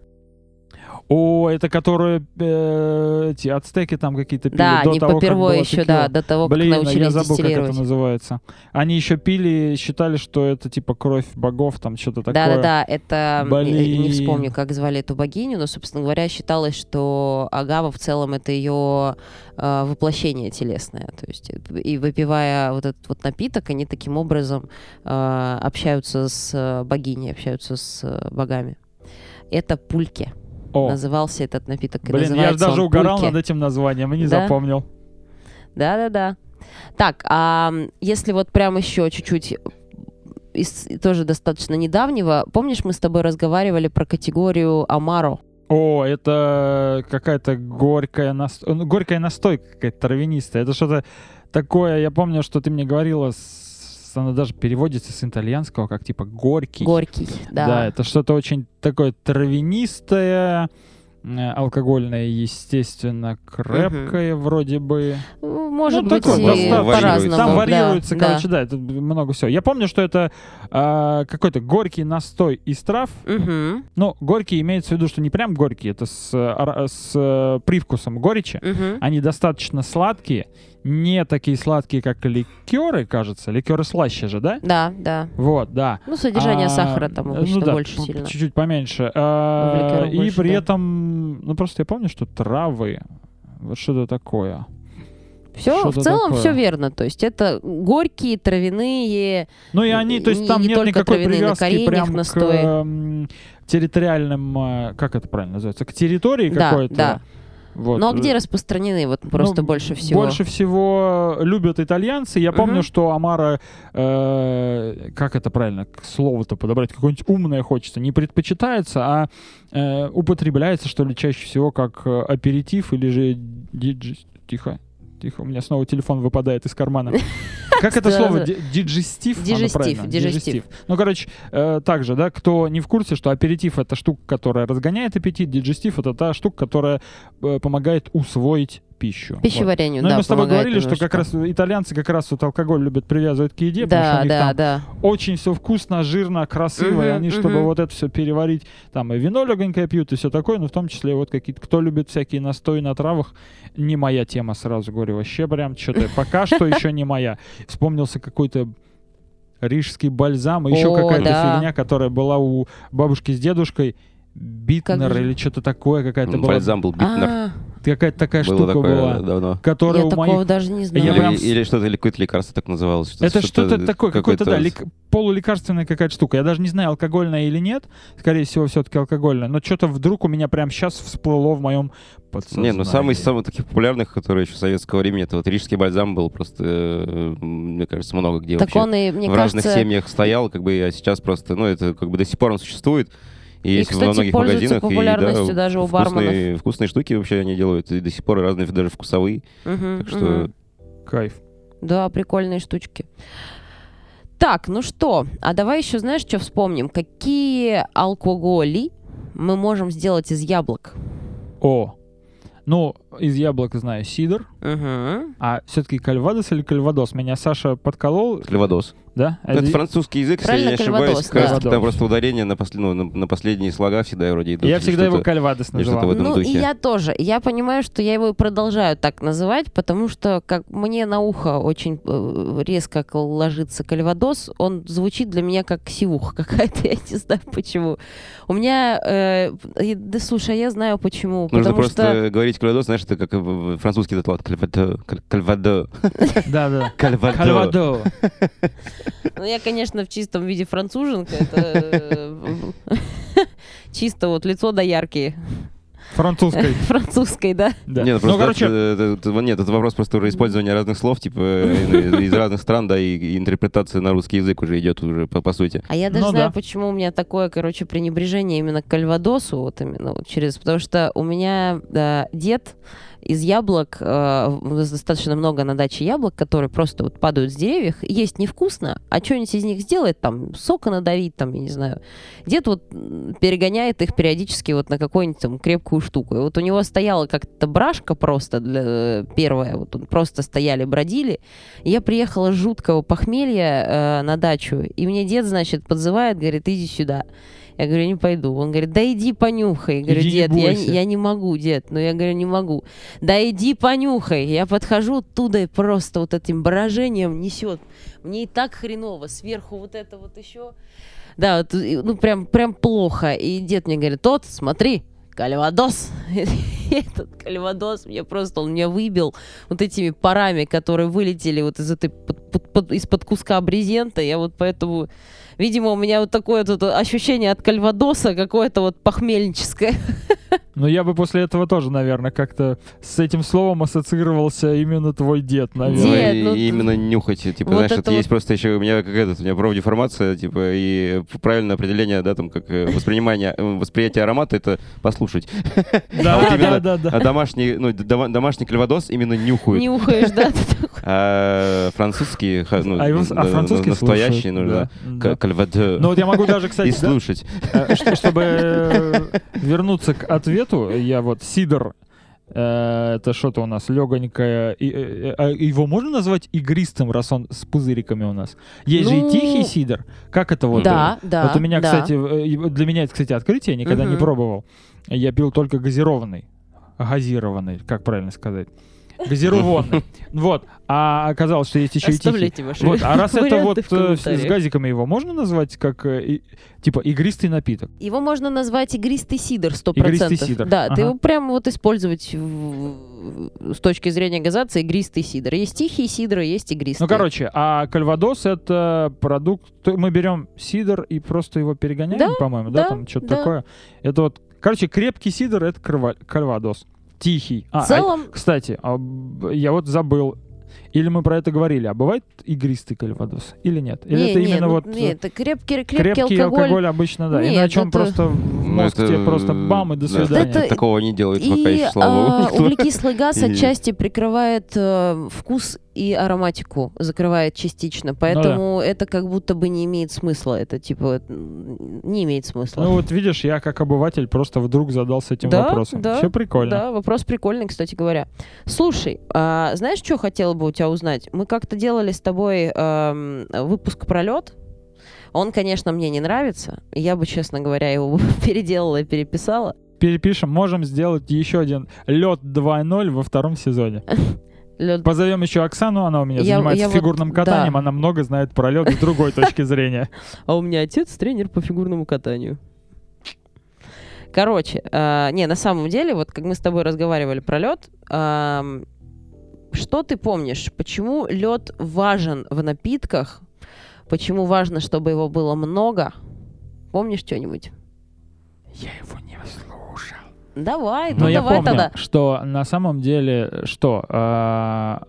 О, это которые э, эти ацтеки там какие-то пили Да, до они того, как попервой была еще, текила. да, до того, Блин, как научились я забыл, как это дистиллировать. называется. Они еще пили, считали, что это типа кровь богов, там что-то такое. Да-да-да, это... м, я Не Блин. вспомню, как звали эту богиню, но, собственно говоря, считалось, что агава в целом это ее э, воплощение телесное. То есть э, и выпивая вот этот вот напиток, они таким образом э, общаются с э, богиней, общаются с э, богами. Это пульки. О, Назывался этот напиток. и блин, я же называется даже он угорал пульки. над этим названием и не Да? запомнил. Да-да-да. Так, а м, если вот прям еще чуть-чуть из тоже достаточно недавнего. Помнишь, мы с тобой разговаривали про категорию Амаро? О, это какая-то горькая, нас... ну, горькая настойка какая-то травянистая. Это что-то такое, я помню, что ты мне говорила, с... она даже переводится с итальянского как типа горький. Горький, да. Да, это что-то очень такое травянистое, э, алкогольное, естественно, крепкое Мгм. вроде бы. Ну, Может Ну, быть, такое, и доста- по-разному. Там да, варьируется, да. короче, да, это много всего. Я помню, что это а, какой-то горький настой из трав. Мгм, Ну, горький имеется в виду, что не прям горький, это с, ара- с э, привкусом горечи. мгм. Они достаточно сладкие, не такие сладкие, как ликеры, кажется. Ликеры слаще же, да? Да, да. Вот, да. Ну, содержание А, сахара там обычно ну да, больше п- сильно. чуть-чуть поменьше. А, В ликерах и больше, при да. этом, ну просто я помню, что травы, вот что-то такое. Все, в Что-то целом такое. все верно. То есть это горькие, травяные. Ну и они, то есть Не- там не нет только никакой травяные, на привязки кореньях прям к настои. эм, территориальным, э, как это правильно называется, к территории Да, какой-то. да. Вот. Ну а где распространены вот просто Ну, больше всего? Больше всего любят итальянцы. Я помню, Мгм. что Амара, э, как это правильно, к слову-то подобрать, какое-нибудь умное хочется, не предпочитается, а э, употребляется, что ли, чаще всего как э, аперитив или же диджи... Тихо. Тихо, у меня снова телефон выпадает из кармана. Как это Сразу. слово? Ди- Диджестив? Оно Диджестив, правильно? диджестив. Ну, короче, э, также, да, кто не в курсе, что аперитив — это штука, которая разгоняет аппетит, диджестив — это та штука, которая э, помогает усвоить пищу. Вот. Пищеварению, Ну, и да, мы с тобой помогает говорили, что как немножко. раз итальянцы как раз вот алкоголь любят привязывать к еде, потому что у Да, них да, там да. очень все вкусно, жирно, красиво, и Мгм, они, чтобы мгм. вот это все переварить, там и вино легонькое пьют, и все такое, но в том числе вот какие-то, кто любит всякие настои на травах, не моя тема, сразу говорю, вообще прям что-то пока что еще не моя. Вспомнился какой-то рижский бальзам, и еще О, какая-то да. фигня, которая была у бабушки с дедушкой, Битнер Как же? или что-то такое, какая-то была. Бальзам был Битнер. А, Какая-то такая Было штука такое была, давно. которая я у такого моих... даже не знаю. Я или, прям- или что-то, или какое-то лекарство так называлось. Что-то, Это что-то такое, какой-то, да, лик- полулекарственная какая-то штука. Я даже не знаю, алкогольная или нет. Скорее всего, все-таки алкогольная. Но что-то вдруг у меня прям сейчас всплыло в моем подсознании. Не, ну самый из самых таких популярных, которые еще советского времени, это вот рижский бальзам был просто, э, мне кажется, много где Так вообще. он и, мне в разных кажется, семьях стоял, как бы, а сейчас просто, ну, это как бы до сих пор он существует. И, И, есть кстати, во многих пользуется магазинах. популярностью и, да, даже у вкусные, вкусные штуки вообще они делают. И до сих пор разные, даже вкусовые. Мгм, Так что мгм. Кайф. Да, прикольные штучки. Так, ну что, а давай еще, знаешь, что вспомним? Какие алкоголи мы можем сделать из яблок? О, ну, из яблок знаю сидр, Угу. а все-таки кальвадос или кальвадос? Меня Саша подколол, Кальвадос. да? Это А- французский язык, если я Правильно, не ошибаюсь. кальвадос, Как раз да. таки там просто ударение на, послед- ну, на, на последние слога всегда вроде идут. Я или всегда его что-то. кальвадос или что-то называл. в этом Ну, и духе. я тоже. Я понимаю, что я его и продолжаю так называть, потому что как мне на ухо очень э, резко к- ложится кальвадос, он звучит для меня как сивуха какая-то, я не знаю почему. У меня... э, и- да слушай, я знаю почему. Нужно потому просто что... говорить кальвадос, знаешь, это как в- в французский этот лад. Кальвадо. каль- Кальвадо. Да-да. Кальвадо. Кальвадо. Ну, я, конечно, в чистом виде француженка. Это э, чисто вот лицо да яркие. Французской. Французской, да? Да. Нет, ну, Ну, просто короче, это, это- это- нет, это вопрос просто уже использования разных слов, типа, э, из разных стран, да, и, и интерпретация на русский язык уже идет уже по, по сути. А я даже Ну знаю, да. почему у меня такое, короче, пренебрежение именно к кальвадосу, вот именно вот через, потому что у меня да, дед из яблок, э, у нас достаточно много на даче яблок, которые просто вот падают с деревьев, есть невкусно, а что-нибудь из них сделает, там, сока надавить, там, я не знаю. Дед вот м, перегоняет их периодически вот на какую-нибудь там крепкую штуку. И вот у него стояла как-то брашка просто для, первая, вот он просто стояли, бродили. И я приехала с жуткого похмелья э, на дачу, и мне дед, значит, подзывает, говорит, иди сюда. Я говорю, не пойду. Он говорит, да иди понюхай. Я говорю, Иди, не дед, я, бойся. я не могу, дед. Ну, я говорю, не могу. Да иди понюхай. Я подхожу оттуда и просто вот этим брожением несет. Мне и так хреново. Сверху вот это вот еще. Да, вот, и, ну прям, прям плохо. И дед мне говорит, тот, смотри, кальвадос. И этот кальвадос мне просто, он меня выбил вот этими парами, которые вылетели вот из этой, под- под- под- из-под куска брезента. Я вот поэтому... Видимо, у меня вот такое тут ощущение от кальвадоса какое-то вот похмельническое. Но я бы после этого тоже, наверное, как-то с этим словом ассоциировался именно твой дед, наверное. Ну, Дед, и, ну, и именно нюхать, типа, вот знаешь, это это вот- есть просто еще у меня как этот, у меня профдеформация, типа, и правильное определение, да, там, как э, воспринимание, э, восприятие аромата — это послушать. Да, вот да, именно- да, да. А домашний, ну, дома- домашний кальвадос именно нюхают. Нюхаешь, да? А французский, ха- ну, А, его- а на- французский настоящий слушают, нужно да, да. кальвадо. Ну вот я могу даже, И кстати, да, слушать. э, что- чтобы э, вернуться к ответу, я вот сидр, э, это что-то у нас легонькое, и, э, а его можно назвать игристым, раз он с пузыриками у нас? Есть же Ну, и тихий сидр. Как это вот? Да, да. Вот у меня, да. кстати, э, для меня это, кстати, открытие, я никогда не Мгм. пробовал. Я пил только газированный. Газированный, как правильно сказать? Газированный. Вот. А оказалось, что есть еще и тихий. Оставляйте ваши Вот. А раз это вот варианты в э, с с комментариях. газиками его можно назвать как э, и- типа игристый напиток? Его можно назвать игристый сидр, сто Игристый процентов. сидр, Да, ты ага. его прямо вот использовать в- с точки зрения газации игристый сидр. Есть тихий сидр, есть игристый. Ну, короче, а кальвадос — это продукт... то Мы берем сидр и просто его перегоняем, Да, по-моему, да? да, Там что-то да. такое. Это вот... Короче, крепкий сидр — это карва- кальвадос. Тихий. А, В целом, а, кстати, а, б- я вот забыл. Или мы про это говорили. А бывает игристый кальвадос? Или нет? Или не, это не, именно ну, вот... не, э, это крепкий, крепкий, Крепкий алкоголь. алкоголь обычно, да. Нет, Иначе он это- просто в мозг Ну, это, тебе просто бам и до да, свидания. Это- Такого не делают пока И еще, слава а, богу. никто. углекислый газ И- отчасти прикрывает э, вкус и ароматику, закрывает частично. Поэтому это как будто бы не имеет смысла. Это типа м, не имеет смысла. Ну вот видишь, я как обыватель просто вдруг задался этим Да, вопросом. да, Все прикольно. Да, вопрос прикольный, кстати говоря. Слушай, а, знаешь, что хотела бы у тебя узнать? Мы как-то делали с тобой эм, выпуск про лед. Он, конечно, мне не нравится. Я бы, честно говоря, его переделала и переписала. Перепишем, можем сделать еще один лед два ноль во втором сезоне. Лёд- Позовем еще Оксану, она у меня Я- занимается я вот- фигурным катанием, да. она много знает про лед с другой точки зрения. А у меня отец тренер по фигурному катанию. Короче, а, не, на самом деле, вот как мы с тобой разговаривали про лед, ам, что ты помнишь? Почему лед важен в напитках? Почему важно, чтобы его было много? Помнишь что-нибудь? Я его не слушал. Давай, ну Но я давай помню, тогда. что на самом деле, что а,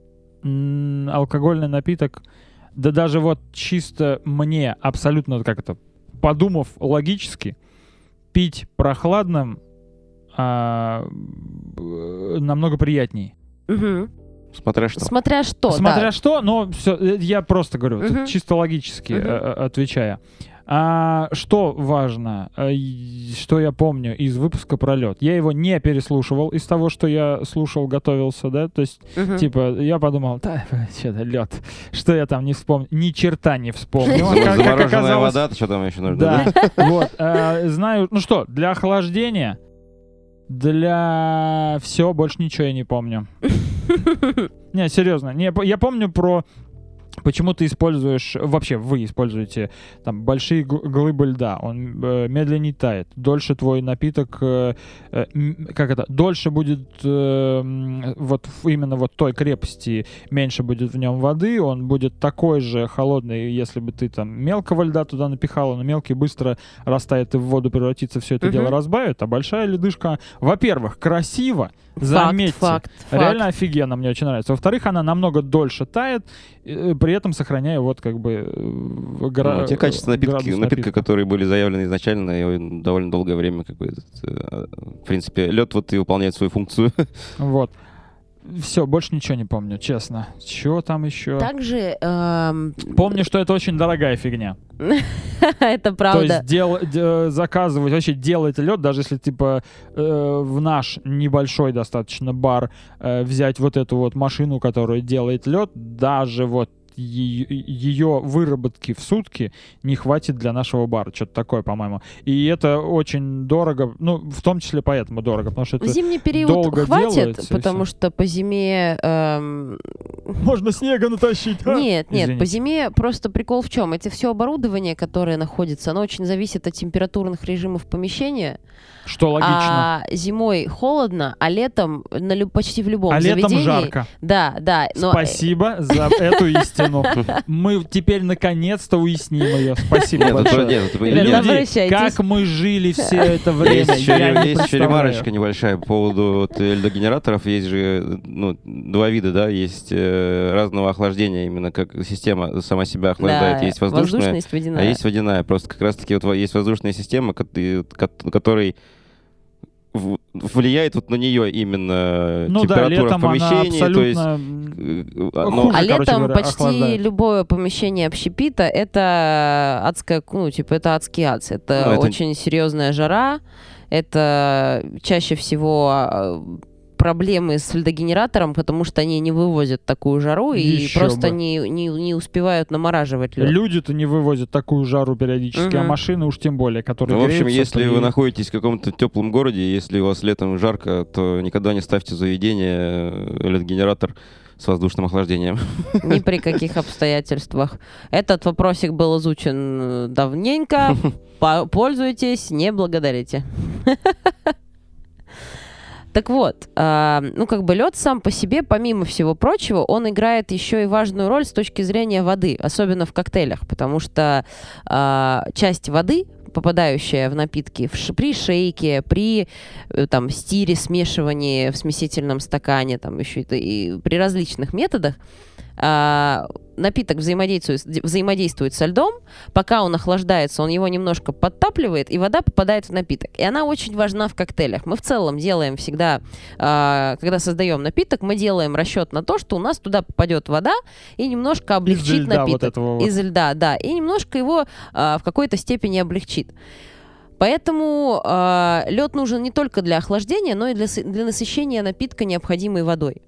м, алкогольный напиток, да даже вот чисто мне абсолютно, как это, подумав логически, пить прохладным а, б- намного приятней. Мгм. Смотря что. Смотря что, Смотря да. что, но все, я просто говорю, тут Мгм. чисто логически Мгм. э, э, отвечая. А что важно, э, и что я помню из выпуска про лед? Я его не переслушивал из того, что я слушал, готовился, да, то есть, Мгм. типа, я подумал, да, что-то лед, что я там не вспомню, ни черта не вспомнил. Зам- Как- как Замороженная оказалось, вода, что там еще нужно? да, да? вот, э, знаю, ну что, для охлаждения, для все, больше ничего я не помню. Не, серьезно. Не, по- я помню про... Почему ты используешь... Вообще, вы используете там большие г- глыбы льда. Он э, медленнее тает. Дольше твой напиток... э, э, м, как это? Дольше будет э, м, вот в- именно вот той крепости, меньше будет в нем воды. Он будет такой же холодный, если бы ты там мелкого льда туда напихала, но мелкий быстро растает и в воду превратится, все это Мгм. дело разбавит. А большая ледышка, во-первых, красиво. Факт, Заметьте. факт, факт. Реально офигенно, мне очень нравится. Во-вторых, она намного дольше тает, э, при этом сохраняя вот как бы э, гра- Ну, те качественные напитки, градус напитки, напитка. которые были заявлены изначально, и довольно долгое время, как бы, этот, э, в принципе, лед вот и выполняет свою функцию. Вот. Все, больше ничего не помню, честно. Чего там еще? Также эм, Помню, что это очень дорогая фигня. это То правда. есть дел- де- заказывать, вообще делать лед, даже если типа э, в наш небольшой достаточно бар э, взять вот эту вот машину, которая делает лед, даже вот ее выработки в сутки не хватит для нашего бара. Что-то такое, по-моему. И это очень дорого. Ну, в том числе поэтому дорого, потому что В это... зимний период долго хватит, делается, и потому всё. что по зиме эм, Можно снега натащить. а? Нет, нет, Извините. по зиме просто прикол в чем? Это все оборудование, которое находится, оно очень зависит от температурных режимов помещения. Что логично. А зимой холодно, а летом на лю- почти в любом А летом заведении... жарко. Да, да. Но... Спасибо за эту истину. Мы теперь наконец-то уясним ее. Спасибо Нет, это- большое. нет, это- Ребята, Люди, обращайтесь. как мы жили все это время, Есть еще, я не есть еще представляю. ремарочка небольшая по поводу вот, льдогенераторов. Есть же ну, два вида, да, есть э, разного охлаждения, именно как система сама себя охлаждает. Да, Есть воздушная, воздушность, водяная. а есть водяная. Просто как раз-таки вот во- есть воздушная система, ко- и- ко- которой в- влияет вот на нее именно Ну да, температура в летом она помещении. То есть, абсолютно... э, оно- Хуже, А короче летом говоря, почти охлаждает. любое помещение общепита — это адская, ну, типа, это адский адс. Это, Ну, это- очень серьезная жара, это чаще всего а, проблемы с льдогенератором, потому что они не вывозят такую жару и Еще просто бы. не, не, не успевают намораживать лед. Люди-то не вывозят такую жару периодически, а Мгм. машины уж тем более, которые Ну, в общем, греются, если вы при- находитесь в каком-то теплом городе, если у вас летом жарко, то никогда не ставьте в заведение лед-генератор с воздушным охлаждением. Ни при каких обстоятельствах. Этот вопросик был изучен э, давненько. По- Пользуйтесь, не благодарите. Так вот, а, ну как бы лед сам по себе, помимо всего прочего, он играет еще и важную роль с точки зрения воды, особенно в коктейлях, потому что а, часть воды, попадающая в напитки в ш- при шейке, при э, там стире, смешивании в смесительном стакане, там еще и, и при различных методах, а, напиток взаимодействует, с- взаимодействует со льдом, пока он охлаждается, он его немножко подтапливает, и вода попадает в напиток. И она очень важна в коктейлях. Мы в целом делаем всегда, а, когда создаем напиток, мы делаем расчет на то, что у нас туда попадет вода и немножко облегчит Из-за льда напиток. вот этого вот. Из льда, да. И немножко его а, в какой-то степени облегчит. Поэтому а, лед нужен не только для охлаждения, но и для, сы- для насыщения напитка необходимой водой.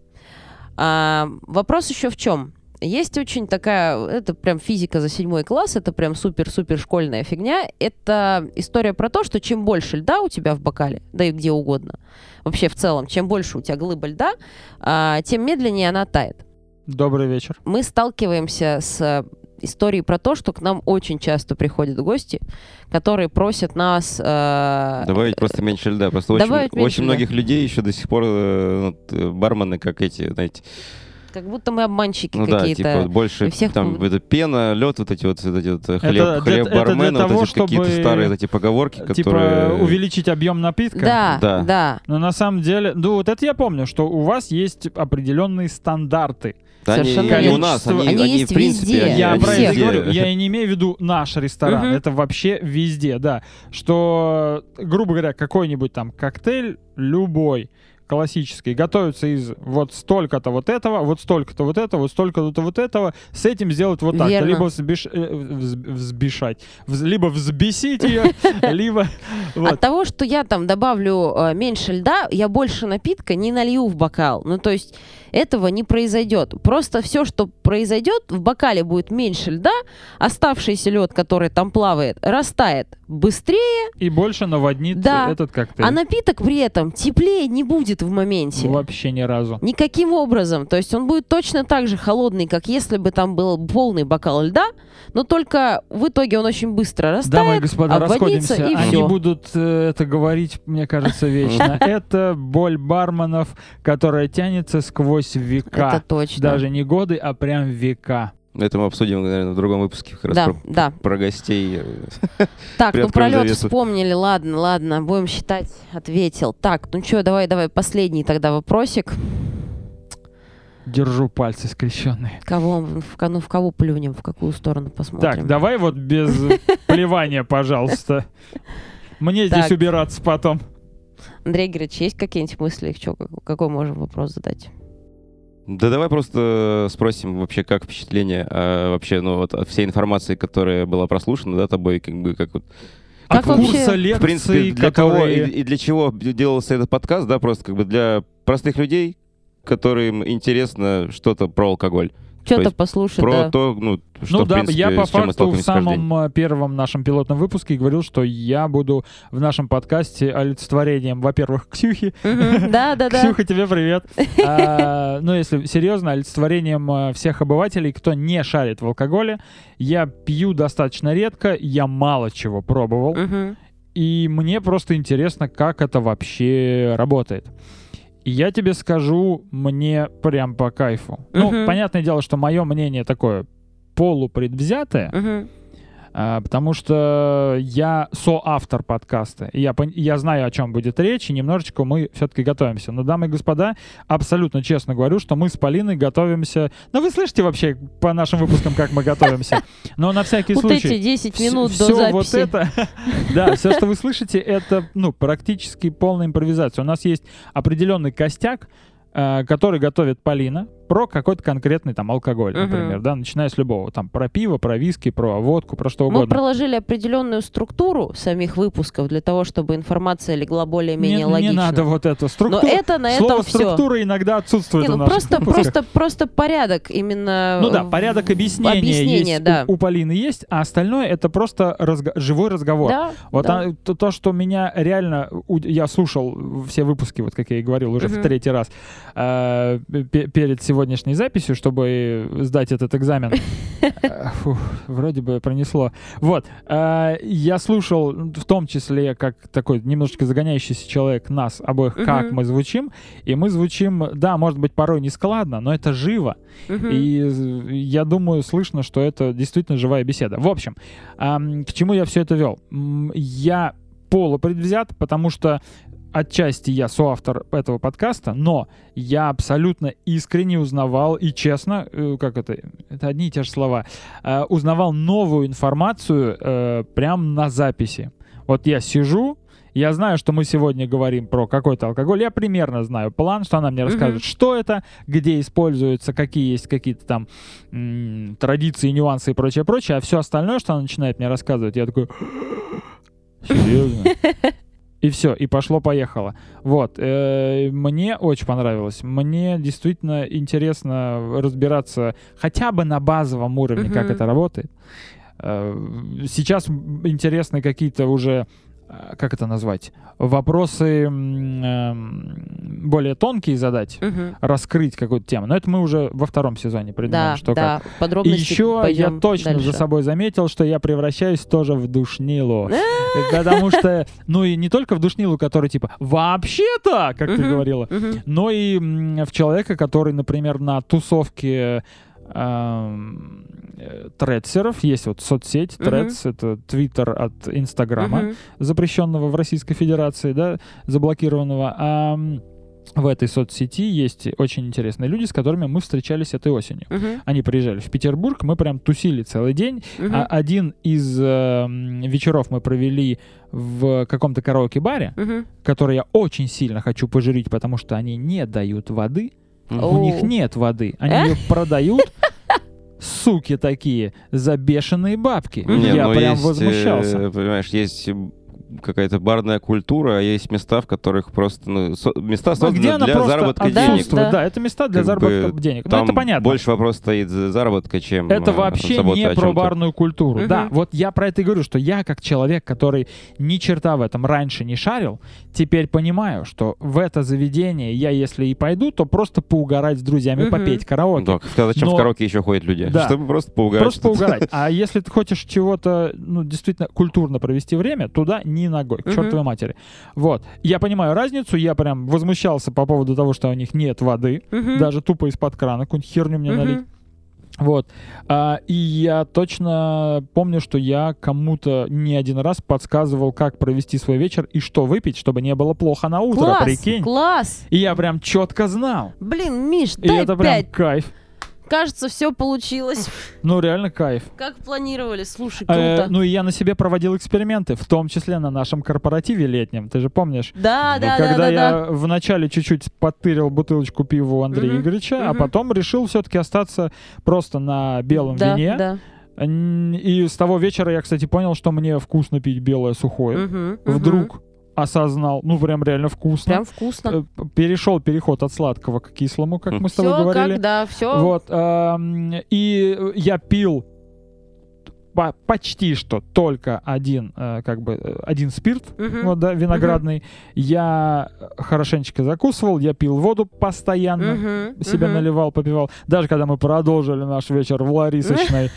А, вопрос еще в чем? Есть очень такая, это прям физика за седьмой класс, это прям супер-супер школьная фигня. Это история про то, что чем больше льда у тебя в бокале, да и где угодно, вообще в целом, чем больше у тебя глыба льда, а, тем медленнее она тает. Добрый вечер. Мы сталкиваемся с историей про то, что к нам очень часто приходят гости, которые просят нас... э, Добавить просто меньше льда. Просто очень, Добавить меньше очень льда. многих людей еще до сих пор э, вот, э, бармены, как эти, знаете, Как будто мы обманщики ну да, какие-то. типа больше и всех там пу- это пена, лед, вот эти вот, вот эти вот э, хлеб, Это для- хлеб это для бармена, того, вот эти какие-то чтобы, старые вот эти поговорки, Типа которые... увеличить объем напитка. Да, Да. да. Но на самом деле, ну вот это я помню, что у вас есть определенные стандарты. Да, они Совершенно не верно. у нас, они, Они они есть в принципе... везде. они- Я они про это и везде. говорю. Я и не имею в виду наш ресторан. Мгм. Это вообще везде, да. Что, грубо говоря, какой-нибудь там коктейль, любой, классический, готовится из вот столько-то вот этого, вот столько-то вот этого, вот столько-то вот этого, с этим сделать вот так. Верно. Либо взбеш- э, вз- взбешать, вз- либо взбесить ее, либо... От вот. того, что я там добавлю э, меньше льда, я больше напитка не налью в бокал. Ну, то есть этого не произойдет. Просто все, что произойдет, в бокале будет меньше льда, оставшийся лед, который там плавает, растает быстрее, И больше наводнит Да. этот коктейль. а напиток при этом теплее не будет в моменте. Вообще ни разу. Никаким образом. То есть он будет точно так же холодный, как если бы там был полный бокал льда, но только в итоге он очень быстро растает, Дамы и господа, обводнится, расходимся. и Они всё. будут э, это говорить, мне кажется, вечно. Это боль барменов, которая тянется сквозь века. Это точно. Даже не годы, а прям века. Это мы обсудим, наверное, в другом выпуске как раз Да, про, да. про гостей. Так, ну Приоткроем про лед завесу. вспомнили, ладно, ладно, будем считать, ответил. Так, ну что, давай, давай, последний тогда вопросик. Держу пальцы скрещенные. Кого, в, ко- ну, в кого плюнем, в какую сторону посмотрим? Так, давай вот без плевания, пожалуйста. Мне здесь Так. убираться потом. Андрей Григорьевич, есть какие-нибудь мысли, чё, как- какой можем вопрос задать? Да давай просто спросим вообще, как впечатление а, вообще, ну вот от всей информации, которая была прослушана, да, тобой, как бы, как вот... Как От вообще- курса В лекций, принципе, для кого которые- и, и для чего делался этот подкаст, да, просто как бы для простых людей, которым интересно что-то про алкоголь. Что-то есть послушать, Про да. то, ну, что, Ну в да, принципе, я по с чем мы факту в сталкиваемся каждый день. самом э, первом нашем пилотном выпуске говорил, что я буду в нашем подкасте олицетворением, во-первых, Ксюхи. Мгм. Да, да, да. Ксюха, тебе привет. А, Ну, если серьезно, олицетворением э, всех обывателей, кто не шарит в алкоголе. Я пью достаточно редко, я мало чего пробовал. Мгм. И мне просто интересно, как это вообще работает. И я тебе скажу, мне прям по кайфу. Ну, Мгм. понятное дело, что мое мнение такое полупредвзятое, Мгм. а, потому что я соавтор подкаста, и я, пон- я знаю, о чем будет речь, и немножечко мы все-таки готовимся. Но, дамы и господа, абсолютно честно говорю, что мы с Полиной готовимся... Ну, вы слышите вообще по нашим выпускам, как мы готовимся? Но на всякий Вот случай... эти десять минут Всё до вот записи. это, да, все, что вы слышите, это, ну, практически полная импровизация. У нас есть определенный костяк, э, который готовит Полина про какой-то конкретный там алкоголь, Мгм. например, да, начиная с любого, там, про пиво, про виски, про водку, про что Мы угодно. проложили определенную структуру самих выпусков для того, чтобы информация легла более-менее не, логично. не надо вот это. Но Структура, это на слово этом все. структура иногда отсутствует Не, у ну наших просто, выпусках. просто, просто порядок именно. Ну да, в- порядок объяснения, объяснения, есть, да. у, у Полины есть, а остальное это просто разго- живой разговор. Да, Вот да. а, то, то, что меня реально... у- Я слушал все выпуски, вот как я и говорил, уже Мгм. в третий раз э, пе- перед сегодняшней записью, чтобы сдать этот экзамен. Э, фух, вроде бы пронесло. Вот. э, Я слушал, в том числе, как такой немножечко загоняющийся человек, нас обоих, как Мгм. мы звучим. И мы звучим, да, может быть, порой не складно, но это живо. Мгм. И з- я думаю, слышно, что это действительно живая беседа. В общем, ам, к чему я все это вел? М, Я полупредвзят, потому что отчасти я соавтор этого подкаста, но я абсолютно искренне узнавал и честно, э, как это, это одни и те же слова, э, узнавал новую информацию э, прямо на записи. Вот я сижу, я знаю, что мы сегодня говорим про какой-то алкоголь. Я примерно знаю план, что она мне расскажет, Мгм. что это, где используется, какие есть какие-то там м, традиции, нюансы и прочее, прочее. А все остальное, что она начинает мне рассказывать, я такой... Серьезно? И все, и пошло-поехало. Вот. э, Мне очень понравилось. Мне действительно интересно разбираться хотя бы на базовом уровне, как Мгм. это работает. Э, Сейчас интересны какие-то уже, э, как это назвать, вопросы м, эм, более тонкие задать, Мгм. раскрыть какую-то тему. Но это мы уже во втором сезоне придумаем, Да, что как. да, И подробности еще я пойдем точно дальше. за собой заметил, что я превращаюсь тоже в душнилу. Потому что, ну и не только в душнилу, который типа «вообще-то», как ты Мгм. говорила, Мгм. но и м, в человека, который, например, на тусовке эм, э, тредсеров, есть вот соцсеть, Мгм. тредс, это твиттер от Инстаграма, Мгм. запрещенного в Российской Федерации, да, заблокированного. А м, в этой соцсети есть очень интересные люди, с которыми мы встречались этой осенью. Мгм. Они приезжали в Петербург, мы прям тусили целый день. Мгм. А один из э, м, вечеров мы провели в каком-то караоке-баре, Мгм. который я очень сильно хочу пожурить, потому что они не дают воды. О. У них нет воды. Они Э? ее продают, суки такие, за бешеные бабки. Не, Я ну прям есть, возмущался. э, понимаешь, есть э, какая-то барная культура, а есть места, в которых просто, ну, со- места А созданы где она для просто заработка да, денег. отсутствует? Да. Да, это места для Как заработка бы денег. Ну, Там это понятно. больше вопрос стоит за заработка, чем Это э, вообще забота не о про чём-то. барную культуру. Мгм. Да, вот я про это и говорю, что я как человек, который ни черта в этом раньше не шарил, теперь понимаю, что в это заведение я, если и пойду, то просто поугарать с друзьями, Мгм. попеть караоке. Да, зачем Но- в караоке еще ходят люди? Да. Чтобы просто поугарать. Просто поугарать. А если ты хочешь чего-то, ну, действительно культурно провести время, туда ни ногой, к Мгм. чертовой матери. Вот. Я понимаю разницу, я прям возмущался по поводу того, что у них нет воды, Мгм. даже тупо из-под крана, какую-нибудь херню мне Мгм. налить. Вот. А, и я точно помню, что я кому-то не один раз подсказывал, как провести свой вечер и что выпить, чтобы не было плохо на утро, Класс, прикинь. класс. И я прям четко знал. Блин, Миш, И дай это прям пять. кайф. Кажется, все получилось. Ну, реально кайф. Как планировали. Слушай, Э, круто. ну и я на себе проводил эксперименты, в том числе на нашем корпоративе летнем. Ты же помнишь? Да, да, да, Когда да, я да. вначале чуть-чуть подтырил бутылочку пива у Андрея Мгм, Игоревича, а мгм. потом решил все-таки остаться просто на белом Да, вине. да. Н- И с того вечера я, кстати, понял, что мне вкусно пить белое сухое. Мгм, мгм. Вдруг осознал. Ну, прям реально вкусно. Прям вкусно. Э, Перешел переход от сладкого к кислому, как мы с тобой Все говорили. как, да, все. Вот. эм, И я пил по- почти что только один, э, как бы, э, один спирт, Мгм. вот, да, виноградный. Я хорошенечко закусывал, я пил воду постоянно. Мгм, Себе мгм. наливал, попивал. Даже когда мы продолжили наш вечер в Ларисочной,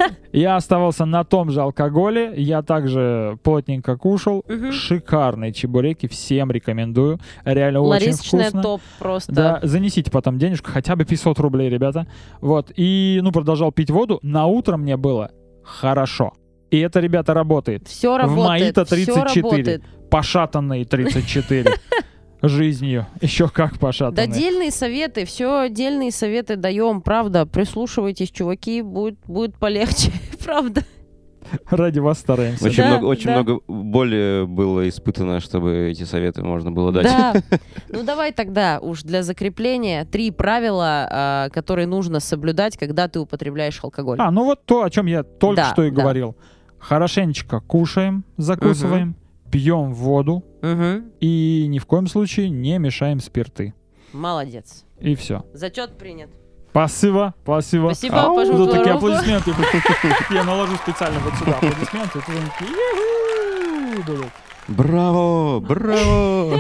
я оставался на том же алкоголе. Я также плотненько кушал. Мгм. Шикарные чебуреки. Всем рекомендую. Реально очень Ларисочная вкусно. топ просто. Да, занесите потом денежку, хотя бы пятьсот рублей, ребята. Вот. И, ну, продолжал пить воду. На утро мне было хорошо. И это, ребята, работает. Все В работает. мои-то всё тридцать четыре. работает. Пошатанные тридцать четыре. Жизнью. Еще как Да, пошатанные. дельные советы, все дельные советы даем, правда. Прислушивайтесь, чуваки, будет, будет полегче, правда. Ради вас стараемся. Очень, Да, много, очень да. много боли было испытано, чтобы эти советы можно было дать. Да. Ну давай тогда уж для закрепления три правила, а, которые нужно соблюдать, когда ты употребляешь алкоголь. А, ну вот то, о чем я только Да, что и да. говорил. Хорошенечко кушаем, закусываем, пьем воду Мгм. и ни в коем случае не мешаем спирты. Молодец. И все. Зачет принят. Спасибо, спасибо. Спасибо, Ау, пожму тут твою такие руку. аплодисменты. Я наложу специально вот сюда аплодисменты. Это они такие, «Ю-ху!» будут. Браво! Браво!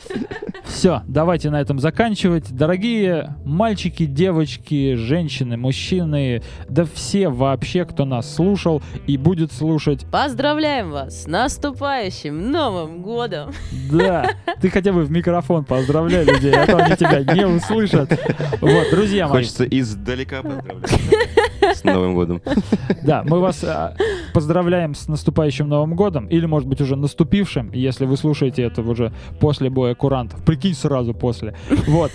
Все, давайте на этом заканчивать. Дорогие мальчики, девочки, женщины, мужчины, да все вообще, кто нас слушал и будет слушать. Поздравляем вас с наступающим Новым годом. Да, ты хотя бы в микрофон поздравляй людей, а то они тебя не услышат. Вот, друзья мои, Хочется издалека поздравлять. С Новым годом. да, мы вас а, поздравляем с наступающим Новым годом, или, может быть, уже наступившим, если вы слушаете это уже после боя курантов. Прикинь, сразу после. Вот.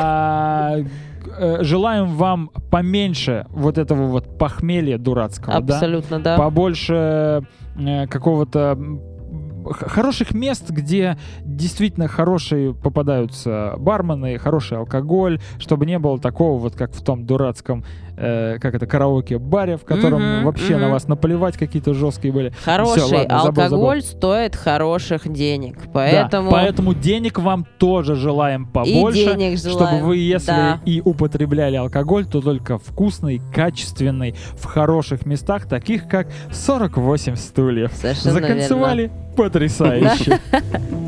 А, э, желаем вам поменьше вот этого вот похмелья дурацкого, да? Абсолютно, да. Побольше э, какого-то м, х- хороших мест, где действительно хорошие попадаются бармены, хороший алкоголь, чтобы не было такого вот, как в том дурацком, э, как это, караоке-баре, в котором Мгм, вообще на мгм. вас наплевать, какие-то жесткие были. Хороший Всё, ладно, забыл, алкоголь стоит хороших денег. Да, Поэтому, поэтому денег вам тоже желаем побольше. и денег желаем. Чтобы вы, если Да. и употребляли алкоголь, то только вкусный, качественный, в хороших местах, таких как сорок восемь стульев. Совершенно верно. Заканцевали потрясающе.